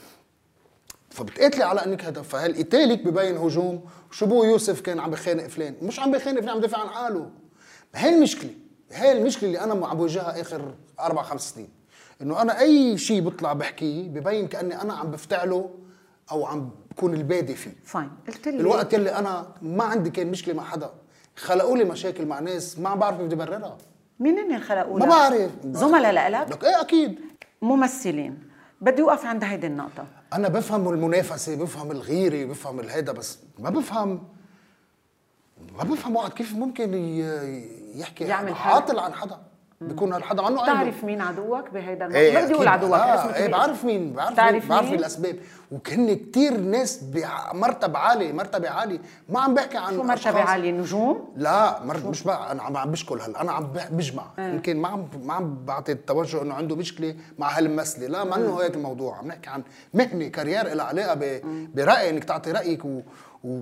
فبتقاتلي على انك هدف. فهالقتالك ببين هجوم. شو بو يوسف كان عم بخانق فلان، مش عم بخانق فلان، عم دافع عن حاله. هاي المشكله، هاي المشكله اللي انا عم بواجهها اخر اربع خمس سنين، انه انا اي شيء بطلع بحكيه ببين كاني انا عم بفتعله او عم بكون البادي فيه. فاين. قلت لي الوقت يلي انا ما عندي كان مشكله مع حدا، خلقوا لي مشاكل مع ناس ما بعرف كيف بدي بررها. مين اللي خلقوا لك؟ ما بعرف. زملاء لك؟ لك ايه اكيد. ممثلين. بدي اوقف عند هيدي النقطه. انا بفهم المنافسه، بفهم الغيره، بفهم الهيدا، بس ما بفهم ما بفهم وقت كيف ممكن يحكي يعمل عاطل عن حدا. بيكون هالحدا عنه قلبه. بتعرف مين عدوك بهيدا الموضوع؟ ما بدي اقول عدوك، اسمه ايه بعرف مين، بعرف بعرف بعرف مين الاسباب. وكن كثير ناس بمرتبه عاليه، مرتبه عاليه، ما عم بحكي عن شو مرتبه عاليه؟ نجوم؟ لا مر... مش بقى انا عم بشكل هلا، انا عم بجمع. يمكن ما عم ما عم بعطي التوجه انه عنده مشكله مع هالممثله، لا ما انه هيك الموضوع. عم نحكي عن مهنه كارير لها علاقه ب... برايي انك تعطي رايك و و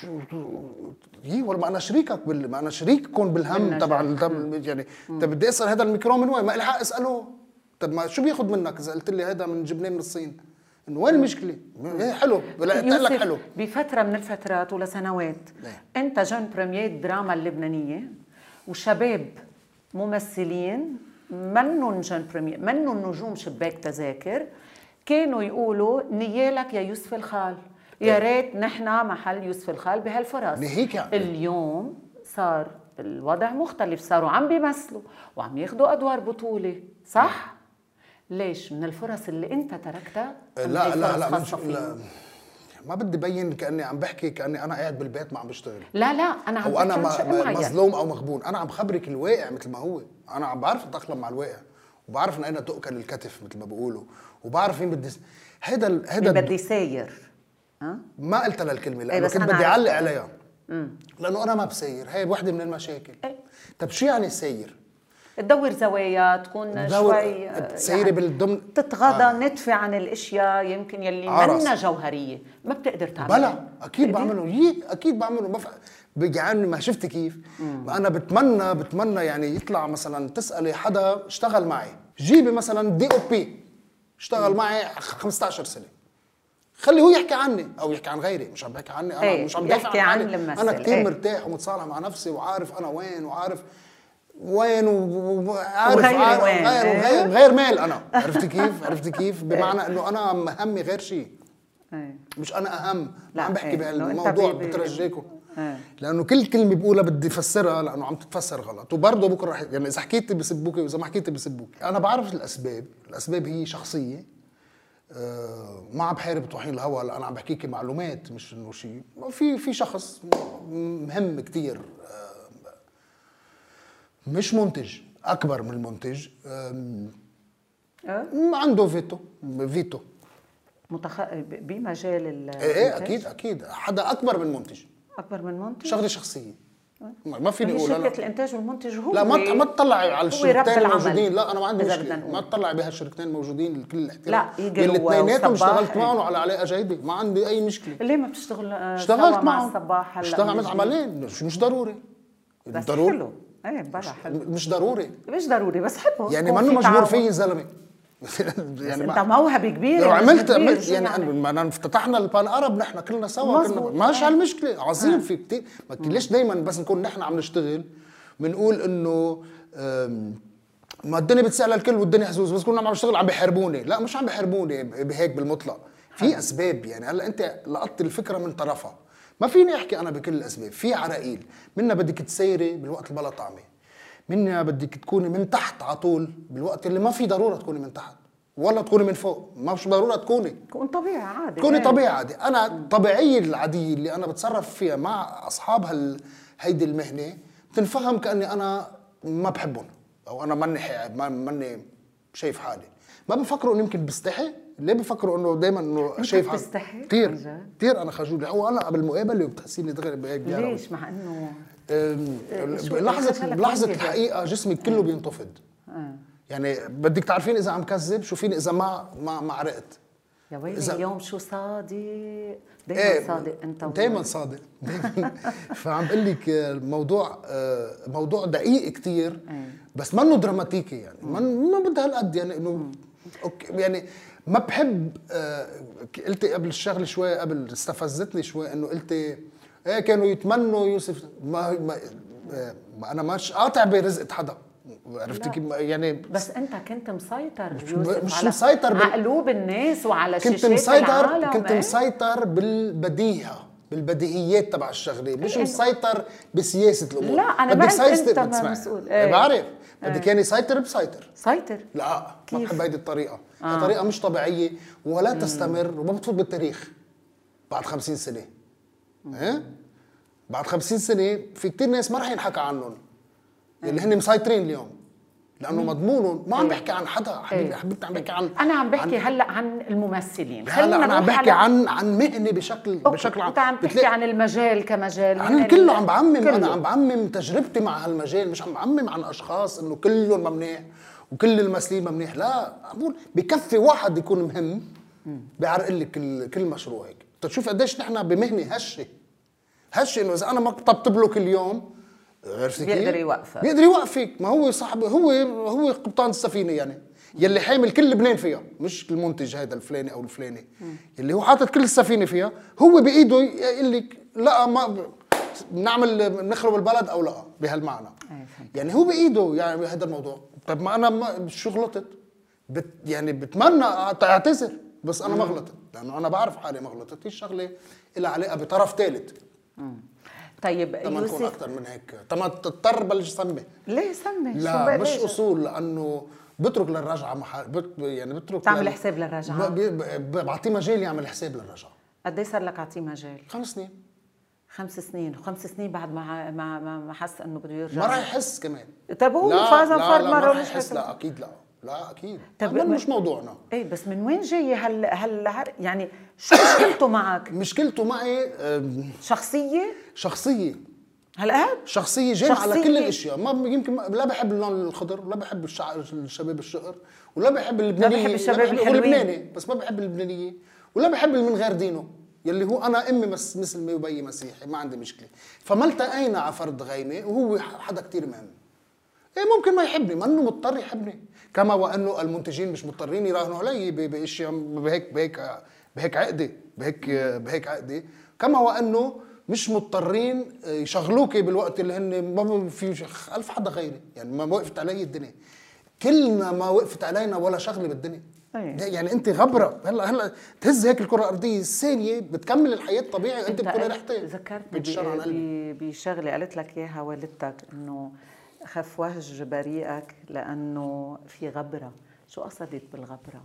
يي والله ما انا شريكك بال... ما انا شريككم بالهم تبع يعني. طب بدي اسال هذا الميكرو من وين؟ ما لي حق اساله. طب ما شو بياخذ منك اذا قلت لي هذا من جبنان من الصين؟ انه وين المشكله؟ ايه حلو، بلا لك حلو. بفتره من الفترات ولا اه. انت جون بريمير الدراما اللبنانيه وشباب ممثلين منن جون بريمير، منن نجوم شباك تذاكر، كانوا يقولوا نيالك يا يوسف الخال، يا ريت نحن محل يوسف الخال بهالفرص. هيك يعني. اليوم صار الوضع مختلف، صاروا عم بيمثلوا وعم ياخذوا ادوار بطوله، صح؟ ليش؟ من الفرص اللي انت تركتها؟ لا لا لا, لا, لا ما بدي بين كاني عم بحكي كاني انا قاعد بالبيت ما عم بشتغل. لا لا انا عم او انا مظلوم او مغبون، انا عم خبرك الواقع مثل ما هو. انا عم بعرف اتاقلم مع الواقع، وبعرف من اين تؤكل الكتف مثل ما بيقولوا، وبعرف مين بدي هيدا هيدا بدي ساير. ها؟ ما قلت لها الكلمه لانه كنت بدي اعلق عليها. امم لانه انا ما بساير، هي وحده من المشاكل. ايه؟ طب شو يعني ساير؟ تدور زوايا، تكون شوي تسيري يعني بالضمن، تتغاضى، آه. ندفع عن الاشياء يمكن يلي منا جوهريه ما بتقدر تعملها. بلا اكيد بعمله، يي اكيد بعمله. ما بيجعلني ما شفت كيف. مم. انا بتمنى بتمنى يعني يطلع مثلا تسالي حدا اشتغل معي، جيبي مثلا دي او بي اشتغل مم. معي خمسة عشر سنه، خلي هو يحكي عني او يحكي عن غيري، مش عم بحكي عني انا. ايه. مش عم يحكي عن الممثل. انا كثير ايه. مرتاح ومتصالح مع نفسي وعارف انا وين وعارف وين وعارف وغير عارف وين. غير وغير غير مال. انا عرفتي كيف؟ عرفتي كيف؟ بمعنى انه انا همي غير شيء. مش انا اهم. ما عم بحكي بهالموضوع بترجاكم، لانه كل كلمه بقولها بدي افسرها لانه عم تتفسر غلط، وبرضه بكره رح يعني اذا حكيتي بسبوكي واذا ما حكيتي بسبوكي. انا بعرف الاسباب، الاسباب هي شخصيه. أه ما عم بحارب طحين الهوا، انا عم بحكيكي معلومات مش انه شيء. في في شخص مهم كثير، مش منتج، اكبر من المنتج، أه؟ عنده فيتو فيتو متخ... بمجال ال ايه اكيد اكيد حدا اكبر من منتج. اكبر من منتج شغله شخصيه. ما فيني اقول شركه الانتاج والمنتج هو لا ما ما تطلعي على الشركتين الموجودين. لا انا ما عندي مشكله، ما تطلعي بهالشركتين الموجودين كل الاحترام. لا يجي الاثنيناتهم اشتغلت معهم وعلى علاقه جيده، ما عندي اي مشكله. ليه ما بتشتغل اشتغلت مع الصباح؟ هلا اشتغلت عملين، مش ضروري. بس ضروري. حلو. ايه بلا حلو. مش ضروري مش ضروري بس حلو يعني ما انه مجبور فيي زلمه يعني انت موهبه كبيره. لو عملت عملت يعني, يعني ما انا افتتحنا البان ارب نحن كلنا سوا، كلنا ماش هالمشكله عظيم. آه. في كثير ما ليش دائما بس نكون نحن عم نشتغل بنقول انه ما الدنيا بتسأل الكل والدنيا حزوز، بس كنا عم بشتغل عم بيحاربوني. لا مش عم بيحاربوني بهيك بالمطلق، في اسباب. يعني هلا انت لقطت الفكره من طرفها، ما فيني احكي انا بكل الاسباب. في عراقيل منها بدك تسيري بالوقت اللي بلا طعمه، منها بدك تكوني من تحت على طول بالوقت اللي ما في ضروره تكوني من تحت، ولا تكوني من فوق، ما مش ضروره تكوني تكون طبيعي عادي، تكوني ايه. طبيعي عادي. انا طبيعيه العاديه اللي انا بتصرف فيها مع اصحاب هال هيدي المهنه بتنفهم كاني انا ما بحبهم، او انا ماني ما ماني شايف حالي. ما بفكروا انه يمكن بستحي، ليه بفكروا انه دائما انه شايف حالي بتستحي كثير كثير. انا خجول، او انا قبل المقابله وبتحسيني دغري بهيك. ليش؟ مع انه بلحظه بلحظه الحقيقه جسمي كله بينتفض. آه. يعني بدك تعرفين اذا عم كذب شوفيني اذا ما ما ما عرقت. يا ويلي إذا... اليوم شو صادق، دايما ايه صادق انت، دايما صادق دايما. فعم بقول لك الموضوع موضوع دقيق كثير، بس منه دراماتيكي يعني، ما بدها هالقد يعني انه اوكي. يعني ما بحب آه قلتي قبل الشغله شوي قبل استفزتني شوي انه قلتي ايه كانوا يتمنوا يوسف. ما, ما, ما انا مش قاطع برزقه حدا، عرفتي كيف يعني. بس انت كنت مسيطر مش, يوسف مش على مسيطر بال... على قلوب الناس وعلى كنت شاشات مسيطر العالم. كنت ايه؟ مسيطر بالبديهه بالبديهيات تبع الشغله، مش مسيطر بسياسه الامور. لا انا بعرف انت مسؤول. ايه بعرف بدك يعني يسيطر بسيطر سيطر. لا كيف؟ ما بحب هيدي الطريقه. آه. طريقه مش طبيعيه ولا مم. تستمر وما بتفوت بالتاريخ. بعد خمسين سنه ايه بعد خمسين سنه في كتير ناس ما رح ينحكى عنهم اللي هن مسيطرين اليوم، لانه مضمونهم. ما عم بحكي عن حدا حبيبي حبيبتي، عم بحكي عن انا عم بحكي عن هلا عن الممثلين. هلا انا عم بحكي عن عن مهنه بشكل أوكي. بشكل عام. انت عم تحكي عن المجال كمجال، عن كله عم بعمم كله. انا عم بعمم تجربتي مع هالمجال، مش عم بعمم عن اشخاص انه كلهم ما منيح وكل الممثلين ما منيح. لا عم بقول بكفي واحد يكون مهم بيعرق لك كل كل مشروع هيك. تشوف قديش نحن بمهنه هشه هشه انه اذا انا ما طبطب له كل يوم عرفتي كيف؟ بيقدر يوقفك بيقدر يوقفك. ما هو صاحب هو هو قبطان السفينه يعني، يلي حامل كل لبنان فيها، مش المنتج هذا الفلاني او الفلاني. م. يلي هو حاطط كل السفينه فيها، هو بايده يقول لك لا ما نعمل نخرب البلد او لا بهالمعنى. يعني هو بايده يعني هذا الموضوع. طيب ما انا ما شو غلطت؟ بت يعني بتمنى اعتذر، بس انا ما غلطت، لانه انا بعرف حالي ما غلطت. هي الشغله لها علاقه بطرف ثالث. طيب يوسف تكون اكثر من هيك. طب تضطر بلش سمي. ليه سمي؟ لا مش اصول، لانه بترك للرجعه محل بت يعني بترك تعمل حساب للرجعه. بعطيه مجال يعمل حساب للرجعه. قد ايه صار لك اعطيه مجال؟ خمس سنين. خمس سنين وخمس سنين بعد ما ما ما حس انه بده يرجع. ما راح يحس كمان. طيب هو فازا فرد مره ومش حس. لا اكيد لا لا اكيد. طب مش موضوعنا. ايه بس من وين جاي هال هال يعني شو مشكلته معك؟ مشكلته معي شخصيه شخصيه هالقد شخصيه جاي على كل الاشياء. ما يمكن لا بحب اللون الخضر ولا بحب الشعر الشباب الشقر ولا بحب اللبنانيه. لا بحب الشباب الحلوين لبناني بس ما بحب اللبنانيه ولا بحب اللي من غير دينه، يلي هو انا امي مس مسلمه وبيي مسيحي، ما عندي مشكله. فما التقينا على فرد غيمه وهو حدا كتير مهم. ايه ممكن ما يحبني، ما انه مضطر يحبني، كما وانه المنتجين مش مضطرين يراهنوا علي باشياء بهيك بهيك بهيك عقده بهيك بهيك عقده، كما وانه مش مضطرين يشغلوكي بالوقت اللي هن ما في ألف حدا غيري. يعني ما وقفت علي الدنيا، كلنا ما وقفت علينا ولا شغله بالدنيا. أيه. يعني انت غبره هلا هلا تهز هيك الكره الارضيه الثانيه بتكمل الحياه طبيعي. انت بتكوني رحتي. ذكرتني بشغله قالت لك اياها والدتك انه خف وهج بريئك لانه في غبره. شو قصدت بالغبره؟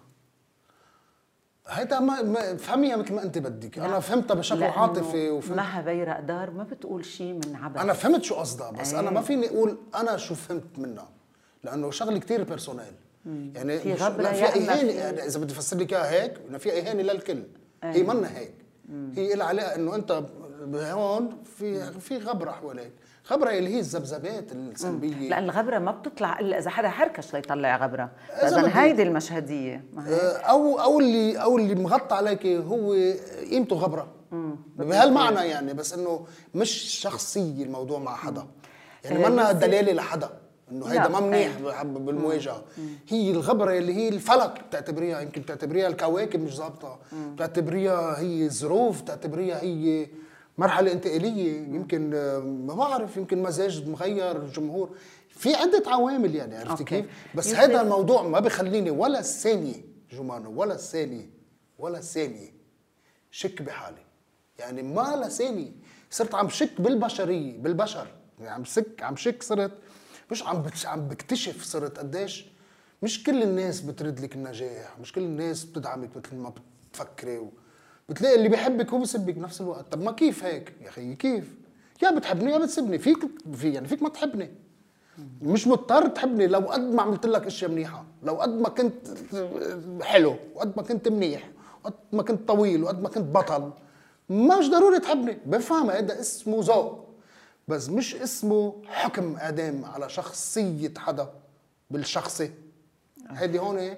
هيدا ما فهميها مثل ما انت بدك. انا فهمتها بشكل عاطفي وفهمت معها بيرة قدار ما بتقول شيء من عبث. انا فهمت شو قصدها بس أيه. انا ما فيني اقول انا شو فهمت منها لانه شغله كثير بيرسونال. يعني في غبره لا في اهانه يعني اذا بدي افسر لك اياها هيك انه في اهانه للكل. أيه. هي منا هيك. مم. هي لها علاقه انه انت هون في في غبره حواليك. غبره اللي هي الذبذبات السلبيه. لان الغبره ما بتطلع الا اذا حدا حركش ليطلع غبره. اذا هيدي المشهديه او او اللي او اللي مغطى عليك هو قيمته غبره بهالمعنى يعني. بس انه مش شخصيه الموضوع مع حدا يعني منا دلاله لحدا انه هيدا ما منيح بالمواجهه. هي الغبره اللي هي الفلك بتعتبريها، يمكن بتعتبريها الكواكب مش ظابطه، بتعتبريها هي الظروف، بتعتبريها هي مرحله انتقاليه، يمكن ما بعرف، يمكن مزاج مغير الجمهور، في عده عوامل يعني، عرفتي كيف؟ بس هذا الموضوع ما بخليني ولا ثانيه جمانه ولا ثانيه ولا ثانيه شك بحالي، يعني ما لا ثانيه صرت عم شك بالبشريه بالبشر، يعني عم شك عم شك صرت، مش عم عم بكتشف صرت قديش مش كل الناس بترد لك النجاح، مش كل الناس بتدعمك مثل ما بتفكري، بتلاقي اللي بيحبك هو بسبك بنفس الوقت. طب ما كيف هيك يا اخي؟ كيف؟ يا بتحبني يا بتسبني، فيك في يعني فيك ما تحبني، مش مضطر تحبني. لو قد ما عملت لك اشياء منيحه، لو قد ما كنت حلو، وقد ما كنت منيح، وقد ما كنت طويل، وقد ما كنت بطل، مش ضروري تحبني. بفهم هذا اسمه ذوق، بس مش اسمه حكم اعدام على شخصيه حدا بالشخصي. هيدي هون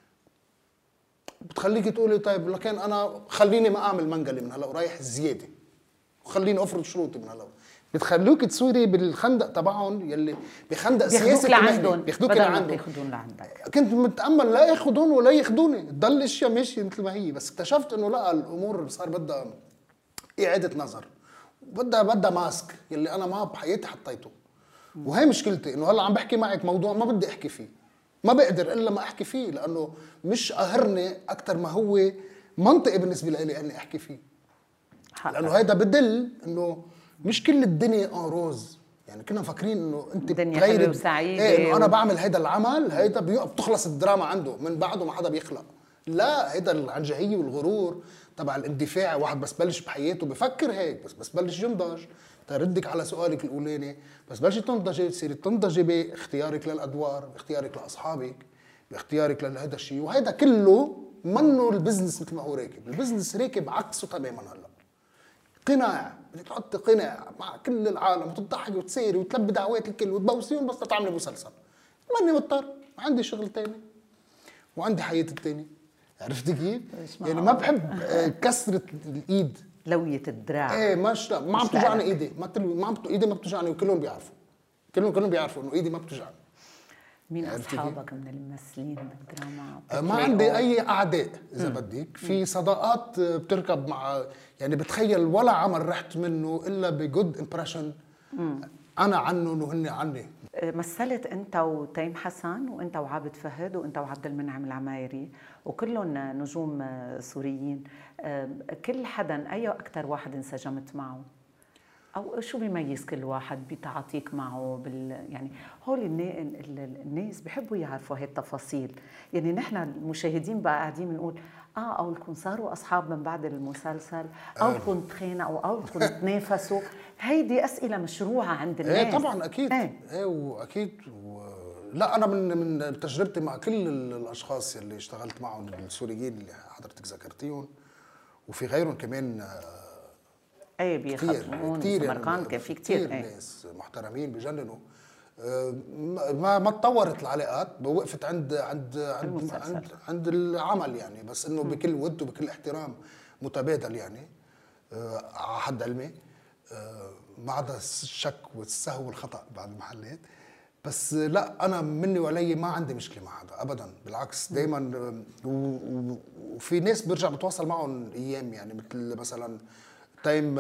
بتخليكي تقولي طيب لكن انا خليني ما اعمل منقله من هلا ورايح زياده، وخليني افرض شروطي من هلا. بتخلوك تصويري بالخندق تبعهم يلي بخندق سياسي لعندهم، بياخذوك بدل ما لعندهم، تاخذون لعندك. كنت متامل لا ياخذون ولا ياخذوني، تضل الاشياء ماشيه مثل ما هي. بس اكتشفت انه لا، الامور صار بدها اعاده نظر، بدها بدها ماسك يلي انا ما بحياتي حطيته. وهي مشكلتي، انه هلا عم بحكي معك موضوع ما بدي احكي فيه، ما بقدر الا ما احكي فيه، لانه مش قهرني اكثر ما هو منطقي بالنسبه لي اني احكي فيه. لانه هيدا بدل انه مش كل الدنيا ان روز، يعني كنا مفكرين انه انت بتغيري وسعيده، ايه انه انا بعمل هيدا العمل، هيدا بتخلص الدراما عنده من بعده، ما حدا بيخلق. لا، هيدا العنجهيه والغرور تبع الاندفاع. واحد بس بلش بحياته بفكر هيك، بس بس بلش ينضج. تردك على سؤالك الاولاني، بس بلشي تنضجي، تصيري تنضجي باختيارك للادوار، باختيارك لاصحابك، باختيارك لهذا الشيء. وهذا كله منه البزنس مثل ما هو راكب. البزنس راكب عكسه تماما. هلا قناع، بدك تحطي قناع مع كل العالم وتضحكي وتسيري وتلبي دعوات الكل وتبوسيهم بس تعملي مسلسل. ماني مضطر، عندي شغل تاني وعندي حياتي التاني. عرفتي كيف؟ يعني ما بحب كسرة الايد، لوية الدراع. ايه مش لا. ما عم توجعني ايدي، ما تلوي، ما عم ايدي ما بتوجعني، وكلهم بيعرفوا، كلهم كلهم بيعرفوا انه ايدي ما بتوجعني. مين اصحابك من الممثلين بالدراما؟ ما عندي اي اعداء اذا بدك، في صداقات بتركب مع، يعني بتخيل ولا عمل رحت منه الا بجود امبريشن انا عنهم وهن عني. مثلت انت وتيم حسن، وانت وعابد فهد، وانت وعبد المنعم العمايري، وكلهم نجوم سوريين. كل حدا اي اكثر واحد انسجمت معه، او شو بيميز كل واحد بتعاطيك معه بال يعني هول الناس بحبوا يعرفوا هي التفاصيل. يعني نحن المشاهدين بقى قاعدين بنقول اه او لكم صاروا اصحاب من بعد المسلسل، او لكم تخانقوا، او لكم تنافسوا. هيدي اسئله مشروعه عند الناس. ايه طبعا اكيد. ايه, ايه واكيد و... لا انا من من تجربتي مع كل الاشخاص اللي اشتغلت معهم السوريين اللي حضرتك ذكرتيهم، وفي غيرهم كمان ايه بيخدمون سمرقند، كان في كثير ايه ناس محترمين بجننوا. ما ما تطورت العلاقات، وقفت عند عند عند, عند عند العمل يعني، بس انه بكل ود وبكل احترام متبادل يعني على حد علمي، ما عدا الشك والسهو والخطا بعض المحلات. بس لا، انا مني وعلي ما عندي مشكله مع حدا ابدا، بالعكس دائما. وفي ناس برجع بتواصل معهم ايام، يعني مثل مثلا تايم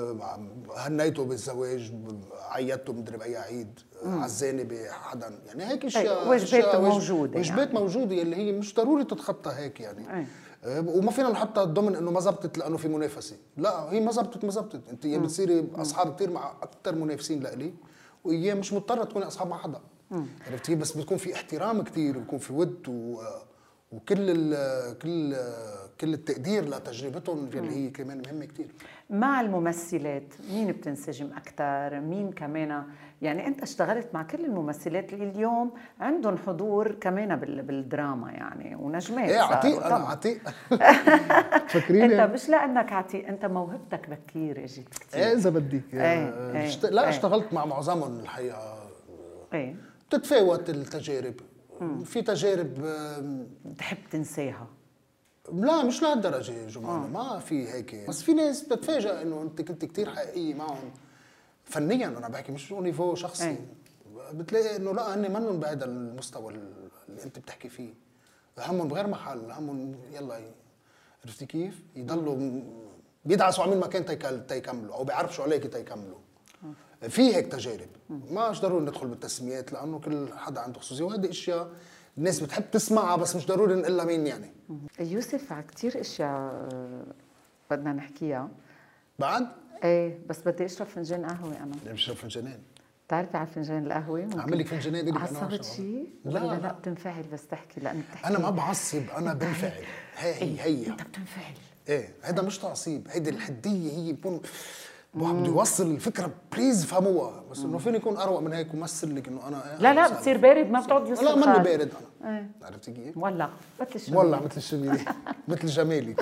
هنيته بالزواج، عيدته مدري باي عيد، عزاني بحدا، يعني هيك اشياء واجبات موجوده، واجبات يعني. موجوده اللي هي مش ضروري تتخطى هيك يعني. أي. وما فينا نحطها ضمن انه ما زبطت لانه في منافسه، لا هي ما زبطت ما زبطت. انت ايام بتصيري اصحاب كثير مع اكثر منافسين لإلي، وايام مش مضطره تكوني اصحاب مع حدا، عرفتي؟ بس بتكون في احترام كثير، وبكون في ود و وكل ال كل كل التقدير لتجربتهم اللي هي كمان مهمه كثير. مع الممثلات مين بتنسجم اكثر؟ مين كمان؟ يعني انت اشتغلت مع كل الممثلات اللي اليوم عندهم حضور كمان بالدراما يعني، ونجمات. ايه عتيق، انا عتيق. تفكريني انت مش لانك عتيق، انت موهبتك بكير اجت كثير. ايه اذا بدك. ايه ايه اشت... لا ايه اشتغلت مع معظمهم الحقيقه. ايه بتتفاوت التجارب. مم. في تجارب بتحب تنساها؟ لا مش لهالدرجه جمانة، ما في هيك. بس في ناس بتتفاجئ انه انت كنت كثير حقيقيه معهم فنيا، انا بحكي مش نيفو شخصي. أي. بتلاقي انه لا، هن منهم بهذا المستوى اللي انت بتحكي فيه، همهم بغير محل، همهم يلا، عرفتي كيف؟ يضلوا بيدعسوا عمين ما كان تيكل تيكملوا او بيعرفوا عليك تيكملوا. في هيك تجارب، ما مش ضروري ندخل بالتسميات لانه كل حدا عنده خصوصيه، وهذه اشياء الناس بتحب تسمعها بس مش ضروري نقول مين يعني. يوسف على كثير اشياء بدنا نحكيها بعد؟ ايه بس بدي اشرب فنجان قهوه انا. بدي اشرب فنجانين. بتعرفي على فنجان القهوه؟ اعمل لك فنجانين الك انا عصبت شيء؟ لا لا, لا بتنفعل بس تحكي لانه بتحكي. انا ما بعصب، انا بنفعل. هي هي هي انت بتنفعل. ايه هذا مش تعصيب، هيدي الحديه هي بكون الواحد بده يوصل الفكره بليز فهموها، بس انه فيني يكون اروق من هيك ومثل لك انه انا لا لا بتصير بارد ما بتقعد يوسف. لا ماني بارد انا. ايه. عرفتي كيف؟ مولع مثل الشمالي. مولع مثل الشمالي مثل جمالي.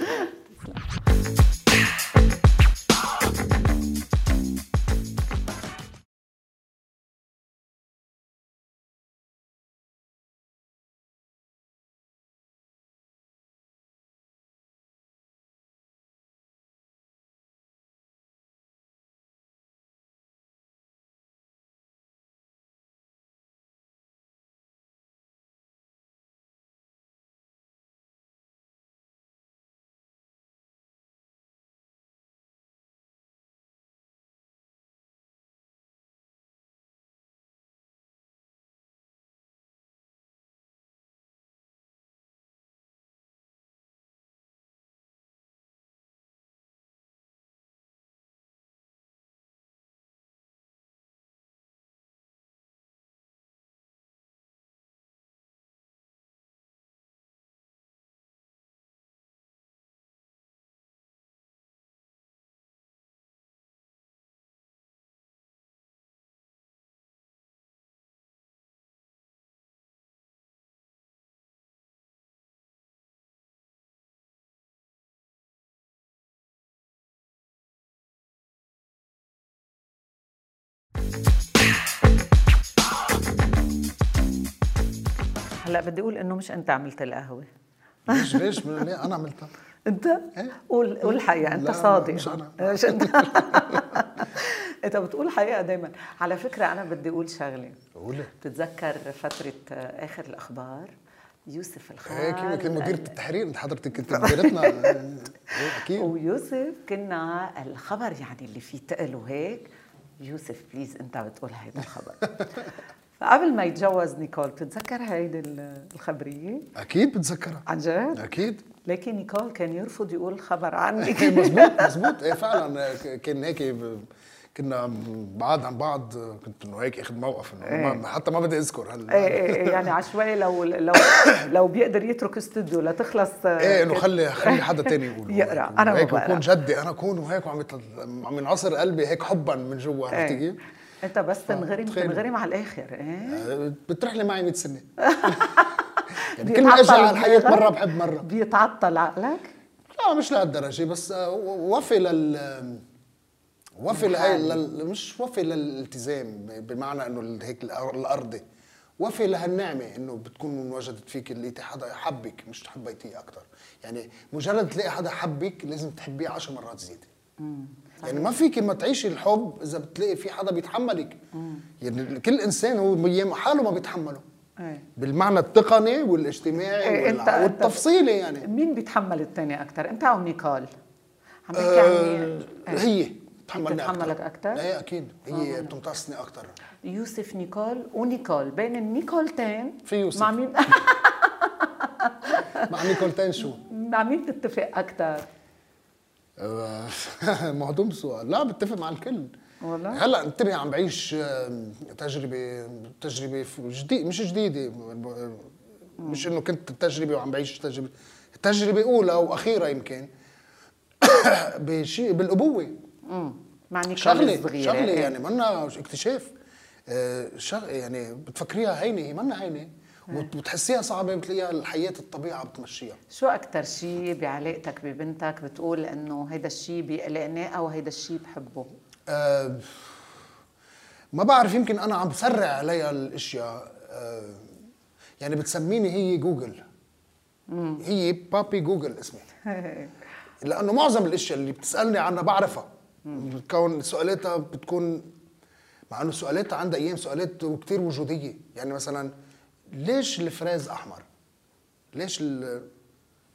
هلا بدي اقول انه مش انت عملت القهوه. ليش ليش ليه انا عملتها؟ انت؟ ايه؟ قول قول الحقيقه، انت لا صادق. مش انا. مش انت. انت بتقول حقيقه دايما. على فكره انا بدي اقول شغله. قولي. بتتذكر فتره اخر الاخبار يوسف الخال؟ هيك كنت مديرة التحرير، انت حضرتك كنت مديرتنا. اكيد. ويوسف كنا الخبر يعني اللي فيه تقل وهيك، يوسف بليز انت بتقول هيدا الخبر. فقبل ما يتجوز نيكول، بتتذكر هيدي الخبريه؟ اكيد بتذكرها. عن جد؟ اكيد. لكن نيكول كان يرفض يقول خبر عنك. مزبوط مزبوط. ايه فعلا كان هيك، كنا بعاد عن بعض، كنت انه هيك اخذ موقف انه ايه. حتى ما بدي اذكر هلا. ايه ايه يعني عشوائي لو لو لو بيقدر يترك استوديو لتخلص. ايه انه خلي خلي حدا ثاني يقول يقرا. انا هيك بكون جدي، انا اكون وهيك وعم عم ينعصر قلبي هيك حبا من جوا. عرفتي كيف؟ انت بس تنغرم تنغرم على الاخر. ايه بتروح لي معي مية سنه. يعني كل ما اجي على الحياه مره بحب مره. بيتعطل عقلك؟ لا مش لهالدرجه، بس وفي لل وفي لل... مش وفي للالتزام بمعنى انه هيك الارضي، وفي لهالنعمه انه بتكون انوجدت فيك اللي حدا يحبك مش حبيتيه اكثر. يعني مجرد تلاقي حدا حبك لازم تحبيه عشر مرات زياده. يعني ما فيك ما تعيشي الحب اذا بتلاقي في حدا بيتحملك. مم. يعني كل انسان هو حاله ما بيتحمله. أي. بالمعنى التقني والاجتماعي أي. والتفصيلي. يعني مين بيتحمل الثاني اكثر، انت او نيكول؟ عم بحكي أه عن هي بتحملني اكثر. بتتحملك اكثر؟ ايه اكيد هي آه. بتمتصني اكثر. يوسف نيكول ونيكول، بين النيكولتين في يوسف مع مين؟ مع نيكولتين شو؟ مع مين بتتفق اكثر؟ مهضوم سؤال. لا بتفق مع الكل والله. هلا انتبه، عم بعيش تجربه تجربه جديده، مش جديده، مش انه كنت تجربه وعم بعيش تجربه تجربه اولى واخيره يمكن. بشيء بالابوه. امم مع نيكول شغله الصغيره شغله يعني منا اكتشاف. شغ يعني بتفكريها هينه، هي منا هينه وبتحسيها صعبه، بتلاقيها الحياه الطبيعه بتمشيها. شو اكثر شيء بعلاقتك ببنتك بتقول انه هيدا الشيء بيقلقني او هيدا الشيء بحبه؟ أه ما بعرف، يمكن انا عم بسرع عليها الاشياء. أه يعني بتسميني هي جوجل. مم. هي بابي جوجل اسمي. لانه معظم الاشياء اللي بتسالني عنها بعرفها. كون سؤالاتها بتكون، مع انه سؤالاتها عندها ايام سؤالات كثير وجوديه. يعني مثلا ليش الفريز احمر؟ ليش ال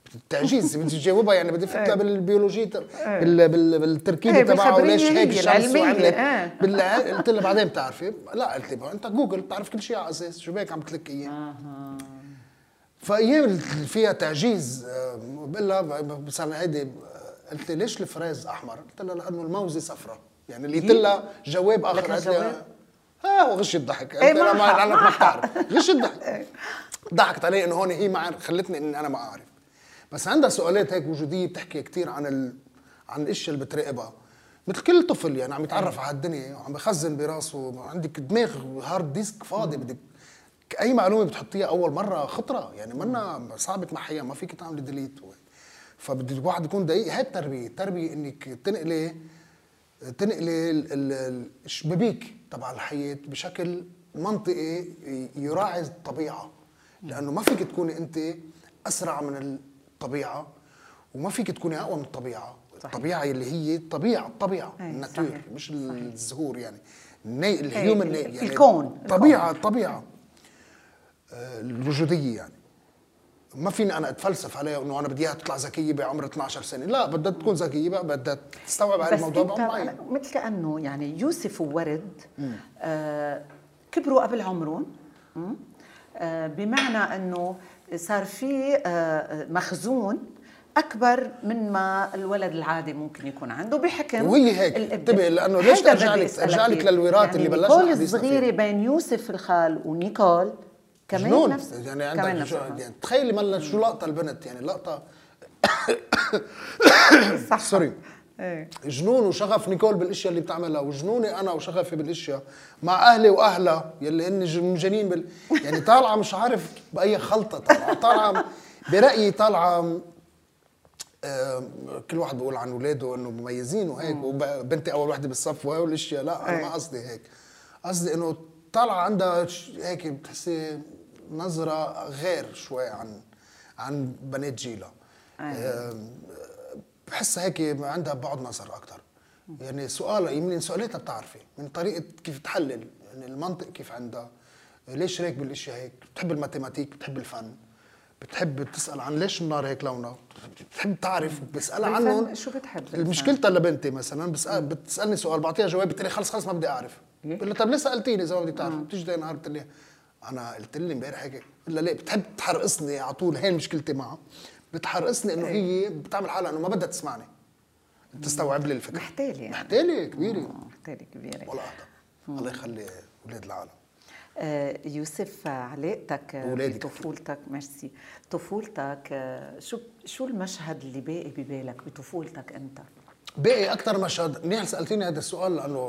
التعجيز بدي تجاوبها يعني بدي فتها بالبيولوجيا بال بال بالتركيبه تبعها وليش هيك الشمس وعملت بالله. قلت لها بعدين بتعرفي؟ لا قلت لها انت جوجل بتعرف كل شيء على اساس شو بك عم بتلك اياه. اها فايام فيها تعجيز بقول لها مثلا هيدي قلت لي ليش الفريز احمر؟ قلت لها لانه الموزه صفراء يعني اللي قلت لها جواب اخر قالت لي ها وغش الضحك. قلت لها ما انا ما بتعرف غش الضحك. ضحكت علي انه هون هي ما خلتني اني انا ما اعرف. بس عندها سؤالات هيك وجوديه بتحكي كثير عن ال... عن الاشياء اللي بتراقبها مثل كل طفل يعني عم يتعرف على الدنيا وعم بخزن براسه. عندك دماغ هارد ديسك فاضي بدك اي معلومه بتحطيها اول مره خطره يعني منا صعبه تمحيها ما فيك تعملي ديليت. فبده الواحد يكون دقيق. هاي التربيه التربيه انك تنقلي تنقلي الشبابيك تبع الحياه بشكل منطقي يراعي الطبيعه لانه ما فيك تكوني انت اسرع من الطبيعه وما فيك تكوني اقوى من الطبيعه. صحيح. الطبيعه اللي هي الطبيعه الطبيعه الناتور مش الزهور يعني الني الهيومن يعني الكون الطبيعه الطبيعه الوجوديه يعني ما فيني انا اتفلسف عليها انه انا بدي اياها تطلع ذكيه بعمر اثنعش سنه. لا بدها تكون ذكيه بقى بدها تستوعب هذا الموضوع بعمر معين. مثل كانه يعني يوسف وورد آه كبروا قبل عمرهم آه بمعنى انه صار في آه مخزون اكبر من ما الولد العادي ممكن يكون عنده بحكم وهي هيك انتبه لانه ليش ارجع لك ارجع لك للوراثه يعني اللي بلشنا نيكول الصغيره بين يوسف الخال ونيكول كمان جنون. نفس يعني عندك شو يعني تخيلي مالنا شو لقطه البنت يعني لقطه صح سوري ايه جنون وشغف نيكول بالاشياء اللي بتعملها وجنوني انا وشغفي بالاشياء مع اهلي واهلها يلي هن منجنين بال يعني طالعه مش عارف باي خلطه طالعه طالعه برايي طالعه آه كل واحد بيقول عن اولاده انه مميزين وهيك وبنتي اول وحده بالصف وهي الاشياء. لا انا ما قصدي هيك قصدي انه طالعه عندها هيك بتحسي نظره غير شوي عن عن بنات جيلها. أه. بحسها هيك عندها بعد نظر اكثر يعني سؤال من سؤالاتها بتعرفي من طريقه كيف تحلل يعني المنطق كيف عندها ليش هيك بالاشياء هيك. بتحب الماتيماتيك بتحب الفن بتحب تسال عن ليش النار هيك لونها بتحب تعرف بسالها عنهم شو بتحب. مشكلتها لبنتي مثلا بسأل بتسالني سؤال بعطيها جواب بتقول لي خلص خلص ما بدي اعرف. بقول لها طب ليه سالتيني اذا ما بدك تعرف؟ بتيجي نهار بتقول لي انا قلت لي امبارح هيك. الا ليه بتحب تحرقصني على طول. هي مشكلتي معها بتحرقصني انه هي بتعمل حالها انه ما بدها تسمعني تستوعب لي الفكره. محتاله يعني محتاله كبيره محتاله كبيره والله أهدى. الله يخلي اولاد العالم. آه يوسف علاقتك بطفولتك ميرسي طفولتك آه شو شو المشهد اللي باقي ببالك بطفولتك انت؟ باقي اكثر مشهد منيح سالتيني هذا السؤال لانه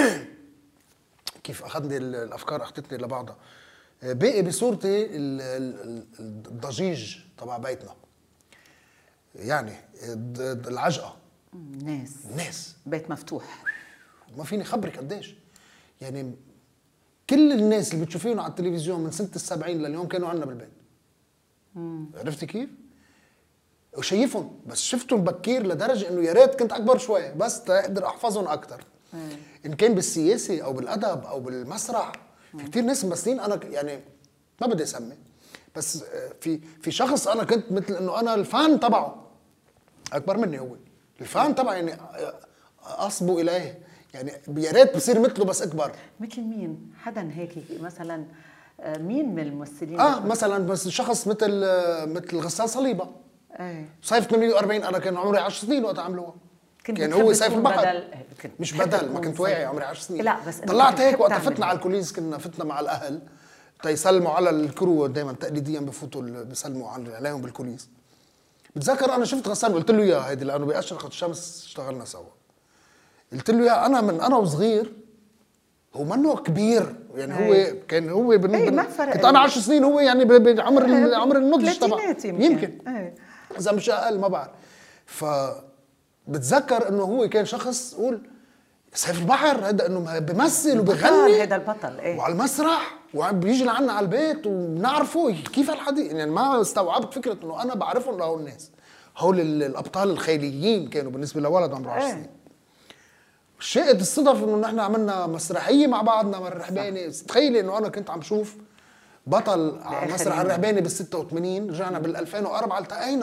كيف اخذني الافكار اخذتني لبعضها. باقي بصورتي الضجيج تبع بيتنا يعني العجقه الناس الناس بيت مفتوح ما فيني خبرك قديش يعني كل الناس اللي بتشوفيهم على التلفزيون من سنه السبعين لليوم كانوا عندنا بالبيت. مم. عرفتي كيف؟ وشايفهم بس شفتهم بكير لدرجه انه يا ريت كنت اكبر شوي بس اقدر احفظهم اكثر. ان كان بالسياسه او بالادب او بالمسرح. مم. في كثير ناس ممثلين انا يعني ما بدي اسمي بس في في شخص انا كنت مثل انه انا الفان تبعه اكبر مني هو الفان تبعه يعني اصبو اليه يعني يا ريت بصير مثله بس اكبر. مثل مين؟ حدا هيك مثلا مين من الممثلين؟ اه مثلا بس شخص مثل مثل غسان صليبه. ايه صيف ثمانية وأربعين انا كان عمري عشر سنين وقت عملوها. كان هو سيف البحر بدل... مش بدل ما كنت واعي عمري عشر سنين. لا بس طلعت هيك وقت فتنا على الكوليز كنا فتنا مع الاهل تيسلموا على الكرو دائما تقليديا بفوتوا بيسلموا عليهم بالكوليز. بتذكر انا شفت غسان قلت له اياها هيدي لانه باشرقه الشمس اشتغلنا سوا. قلت له يا انا من انا وصغير هو منه كبير يعني هو كان هو بالنسبه كنت انا عشر سنين هو يعني بعمر عمر النضج تبع يمكن, يمكن. اذا مش اقل ما بعرف. ف بتذكر انه هو كان شخص قول سيف البحر هذا انه بمثل وبغني هذا البطل ايه وعلى المسرح وعم بيجي لعنا على البيت وبنعرفه كيف هالحديث يعني ما استوعبت فكره انه انا بعرفهم لهول الناس. هول الابطال الخياليين كانوا بالنسبه لولد عمره عشر سنين. شاءت الصدف انه نحن عملنا مسرحيه مع بعضنا مع الرحباني. تخيلي انه انا كنت عم شوف بطل على مسرح الرحباني بال ستة وثمانين رجعنا بال ألفين وأربعة التقينا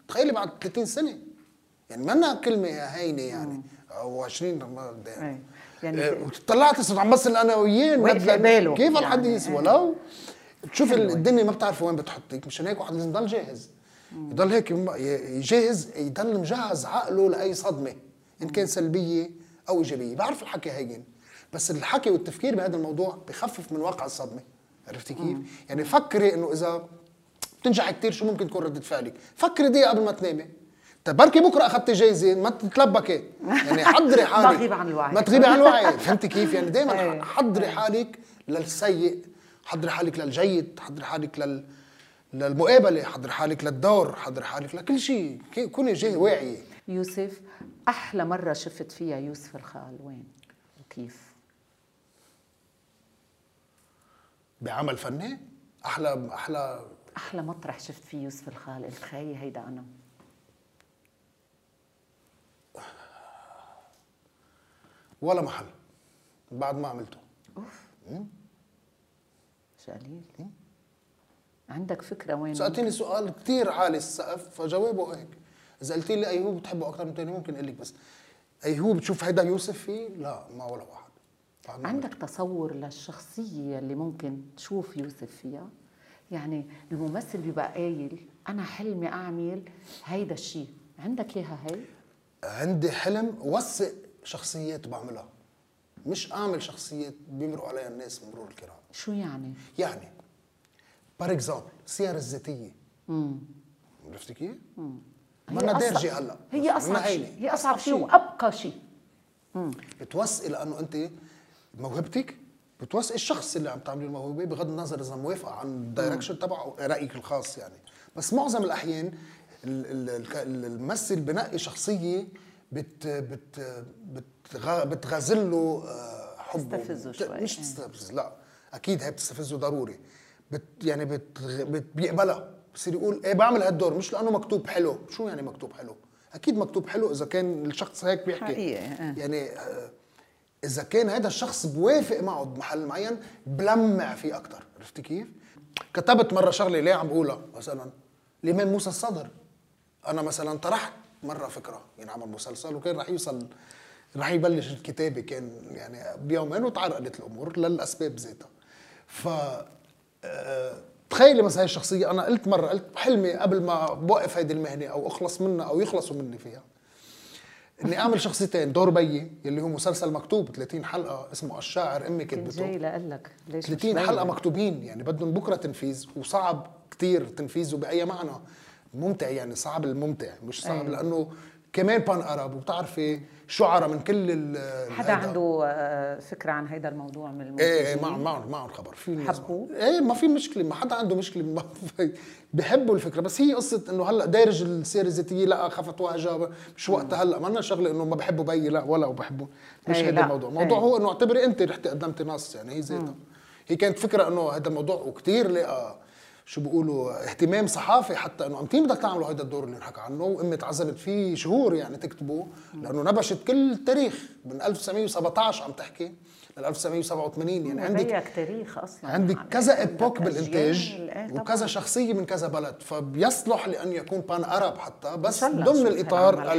تخيلي بعد ثلاثين سنه، يعني ما كلمه هينه يعني او عشرين يعني, يعني طلعت صرت عم بمثل انا وياه كيف الحد يسوى لو تشوف الدنيا ما بتعرف وين بتحطك. مشان هيك واحد لازم يضل جاهز، يضل هيك يجهز، يضل مجهز عقله لاي صدمه ان كان سلبيه او ايجابيه. بعرف الحكي هين، بس الحكي والتفكير بهذا الموضوع بخفف من واقع الصدمه. عرفتي كيف؟ مم. يعني فكري انه اذا بتنجحي كثير شو ممكن تكون ردة فعلك، فكري دقيقه قبل ما تنامي. طيب بركي بكره اخذتي جايزه ما تتلبكي، يعني حضري حالك ما تغيبي عن الوعي، ما تغيبي عن الوعي. فهمتي كيف؟ يعني دائما حضري حالك للسيء، حضري حالك للجيد، حضري حالك لل للمقابله، حضري حالك للدور، حضري حالك لكل شيء، كوني جاي واعيه. يوسف، احلى مره شفت فيها يوسف الخال وين وكيف؟ بعمل فني؟ احلى احلى احلى مطرح شفت فيه يوسف الخال قلت خيي هيدا انا؟ ولا محل بعد ما عملته. اوف مش قليل. عندك فكره وين؟ سألتيني سؤال كثير عالي السقف فجوابه هيك. اذا قلتي لي ايهوب بتحبه اكثر من ثاني ممكن اقول لك، بس ايهوب بتشوف هيدا يوسف فيه؟ لا ما ولا واحد. عندك تصور للشخصيه اللي ممكن تشوف يوسف فيها؟ يعني الممثل بيبقى قايل انا حلمي اعمل هيدا الشيء، عندك اياها هي؟ عندي حلم وثق شخصيات بعملها، مش اعمل شخصيات بيمرقوا عليها الناس مرور الكرام. شو يعني؟ يعني بار اكزامبل السيارة الذاتية. امم عرفتي كيف؟ ما دارجة هلا، هي اصعب شيء، هي اصعب شيء وابقى شيء. امم بتوثقي لانه انت موهبتك، بتوثقي الشخص اللي عم تعملي الموهبه بغض النظر اذا موافقه عن الدايركشن تبعه رايك الخاص يعني. بس معظم الاحيان الممثل بنقي شخصيه بت بت بتغازل له حبه، تستفزه شوي. مش تستفز، لا اكيد هي بتستفزه ضروري. بت يعني بت بيقبلها، بصير يقول ايه بعمل هالدور مش لانه مكتوب حلو. شو يعني مكتوب حلو؟ اكيد مكتوب حلو اذا كان الشخص هيك بيحكي حقيقة. يعني اذا كان هذا الشخص بوافق معه بمحل معين بلمع فيه اكثر. عرفتي كيف؟ كتبت مره شغله ليه عم بقولها، مثلا الامام موسى الصدر، انا مثلا طرحت مره فكره ينعمل مسلسل وكان رح يوصل رح يبلش الكتابه كان يعني بيومين وتعرقلت الامور للاسباب ذاتها. ف أه تخيلي مثلا هاي الشخصيه، انا قلت مره قلت حلمي قبل ما بوقف هيدي المهنه او اخلص منها او يخلصوا مني فيها اني اعمل شخصيتين. دور بيي يلي هو مسلسل مكتوب ثلاثين حلقه اسمه الشاعر امي كتبته. كنت جاي لأقلك ليش ثلاثين حلقه مكتوبين يعني بدهم بكره تنفيذ، وصعب كتير تنفيذه باي معنى. ممتع يعني، صعب الممتع مش صعب. أيه. لانه كمان بان ارب وبتعرفي شعراء من كل حدا عنده فكره عن هيدا الموضوع من المنتجين؟ ايه معهم معهم معهم خبر في حبوا. ايه ما في مشكله، ما حدا عنده مشكله، بحبوا الفكره. بس هي قصه انه هلا دارج السيره الذاتيه لا خفت وهجه مش وقتها. هلا ما لنا شغله انه ما بحبوا بيي لا ولا وبحبوا، مش هذا الموضوع. الموضوع هو انه اعتبري انت رحتي قدمتي نص يعني هي ذاتها. هي كانت فكره انه هذا الموضوع وكثير لقى شو بيقولوا اهتمام صحافي، حتى انه امتين بدك تعملوا هذا الدور اللي انحكى عنه. وامي تعذبت فيه شهور يعني تكتبه لانه نبشت كل التاريخ من ألف وتسعمية وسبعطعش عم تحكي لل ألف وتسعمية وسبعة وثمانين. يعني عندك تاريخ اصلا، عندك كذا ايبوك بالانتاج وكذا شخصيه من كذا بلد، فبيصلح لان يكون بان ارب حتى، بس ضمن الاطار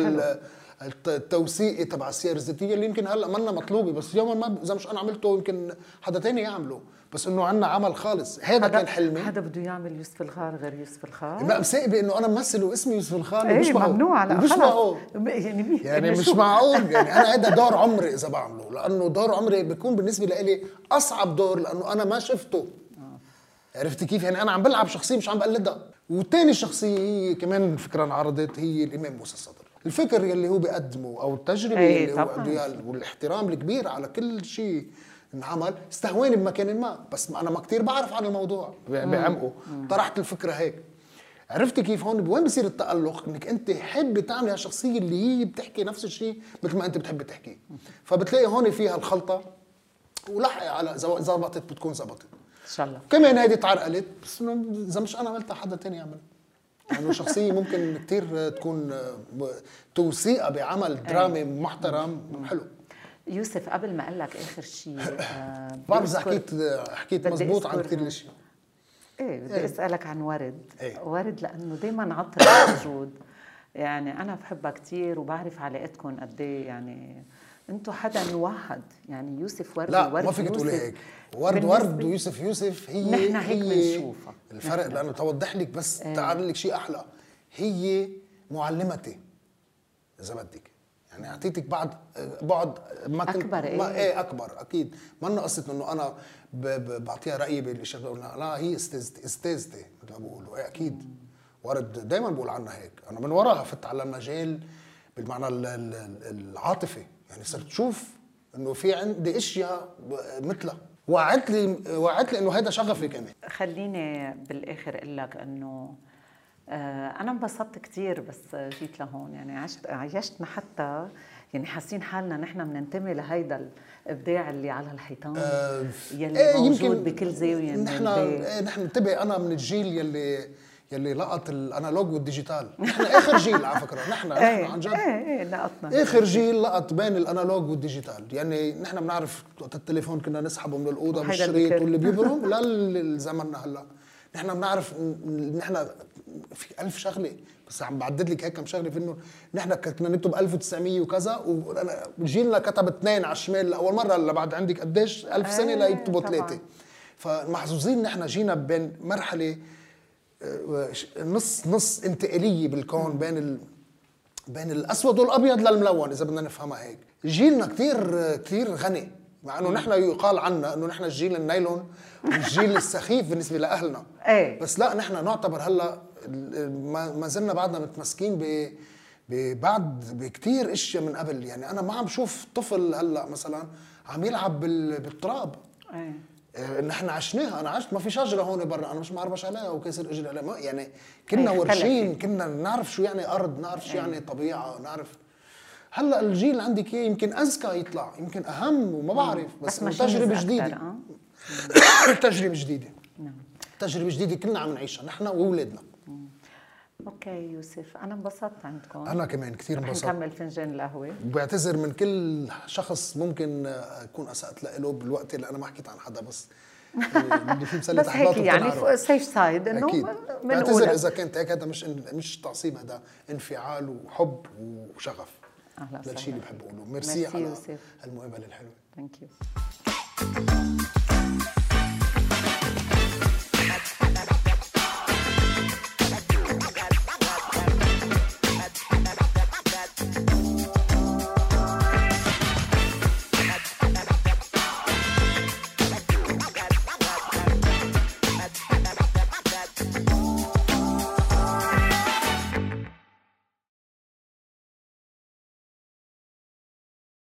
التوثيقي تبع السيره الذاتيه اللي يمكن هلا منا مطلوبه، بس يوما ما اذا مش انا عملته يمكن حدا تاني يعمله. بس انه عندنا عمل خالص، هذا كان حلمي. حدا بده يعمل يوسف الخال غير يوسف الخال؟ لا مساقبه انه انا ممثل واسمي يوسف الخال ايه ومش ممنوع. لا مش معقول يعني, يعني مش معقول يعني انا هذا دور عمري اذا بعمله، لانه دور عمري بيكون بالنسبه لي اصعب دور لانه انا ما شفته. عرفتي كيف؟ يعني انا عم بلعب شخصيه مش عم بقلدها. وثاني شخصيه هي كمان فكره انعرضت هي الامام موسى الصدر. الفكر يلي هو بيقدمه او التجربه ايه اللي هو والاحترام الكبير على كل شيء انعمل استهواني بمكان ما، بس انا ما كتير بعرف عن الموضوع بعمقه. طرحت الفكره هيك. عرفتي كيف؟ هون وين بصير التألق؟ انك انت حابه تعملي هالشخصيه اللي هي بتحكي نفس الشيء مثل ما انت بتحبي تحكي. فبتلاقي هون فيها الخلطه ولحقي على اذا زبطت بتكون زبطت ان شاء الله. كمان هيدي تعرقلت، بس انه اذا مش انا عملتها حدا ثاني يعمل. يعني شخصيه ممكن كثير تكون توثيقه بعمل درامي محترم حلو. يوسف قبل ما اقول لك اخر شيء آه بعرف اذا حكيت حكيت مزبوط عن كثير الاشياء. ايه بدي ايه. اسالك عن ورد. ايه. ورد لانه دائما عطر موجود يعني انا بحبها كثير وبعرف علاقتكم قد ايه، يعني انتم حدا واحد، يعني يوسف ورد لا ورد ما فيك تقولي هيك، ورد ورد ويوسف يوسف هي نحن هيك بنشوفها الفرق. لانه توضح لك بس ايه. تعال لك شيء احلى، هي معلمتي اذا بدك، يعني اعطيتك بعد بعد ما كنت اكبر ايه, ما ايه اكبر اكيد، ما لنا قصه انه انا بعطيها رايي بالشغله، لا هي استاذتي استاذتي مثل ما بقولوا. ايه اكيد مم. ورد دائما بقول عنها هيك، انا من وراها فت على المجال بالمعنى العاطفي، يعني صرت شوف انه في عندي اشياء مثلها، وعدت لي وعدت لي انه هذا شغفي كمان. خليني بالاخر اقول لك انه انا انبسطت كثير بس جيت لهون، يعني عشت عيشتنا حتى يعني حاسين حالنا نحن بننتمي لهيدا الابداع اللي على الحيطان أه يلي ايه موجود بكل زاويه. نحن ايه نحن انتبه، انا من الجيل يلي يلي لقط الانالوج والديجيتال، نحن اخر جيل على فكره، نحن نحن ايه عن جد ايه ايه لقطنا اخر جيل لقط بين الانالوج والديجيتال. يعني نحن بنعرف وقت التليفون كنا نسحبه من الاوضه بالشريط واللي بيبرم للزمن هلا نحن بنعرف نحن في ألف شغله، بس عم بعدد لك هيك كم شغله، في انه نحن كنا نكتب ألف وتسعمية وكذا، وجيلنا كتب اثنين على الشمال لاول مره، هلا بعد عندك قديش ألف سنه ليكتبوا ثلاثه. فمحظوظين نحن جينا بين مرحله نص نص انتقاليه بالكون بين ال... بين الاسود والابيض للملون اذا بدنا نفهمها هيك. جيلنا كثير كثير غني، مع انه نحن يقال عنا انه نحن الجيل النايلون والجيل السخيف بالنسبه لاهلنا ايه. بس لا، نحن نعتبر هلا ما زلنا بعدنا متمسكين ب بعد بكثير اشياء من قبل. يعني انا ما عم بشوف طفل هلا مثلا عم يلعب بالتراب. ايه نحن عشناها، انا عشت ما في شجره هون برا انا مش معربش عليها وكسر اجري عليها، يعني كنا ورشين، كنا نعرف شو يعني ارض، نعرف شو يعني طبيعه، نعرف. هلا الجيل اللي عندك اياه يمكن اذكى يطلع، يمكن اهم وما بعرف، بس, بس تجربه جديده تجربه جديده نعم تجربه جديده كلنا عم نعيشها نحن واولادنا. اوكي يوسف، انا انبسطت عندكم. انا كمان كثير انبسطت. نكمل فنجان القهوه. بعتذر من كل شخص ممكن اكون اسأت له بالوقت اللي انا ما حكيت عن حدا، بس اللي في مسله بس هيك يعني سيف سايد انه بعتذر اذا كنت هيك. هذا مش مش تعصيب، هذا انفعال وحب وشغف. اهلا وسهلا. هذا الشيء اللي بحب اقوله. ميرسي على المقابله الحلوه. ثانك يو.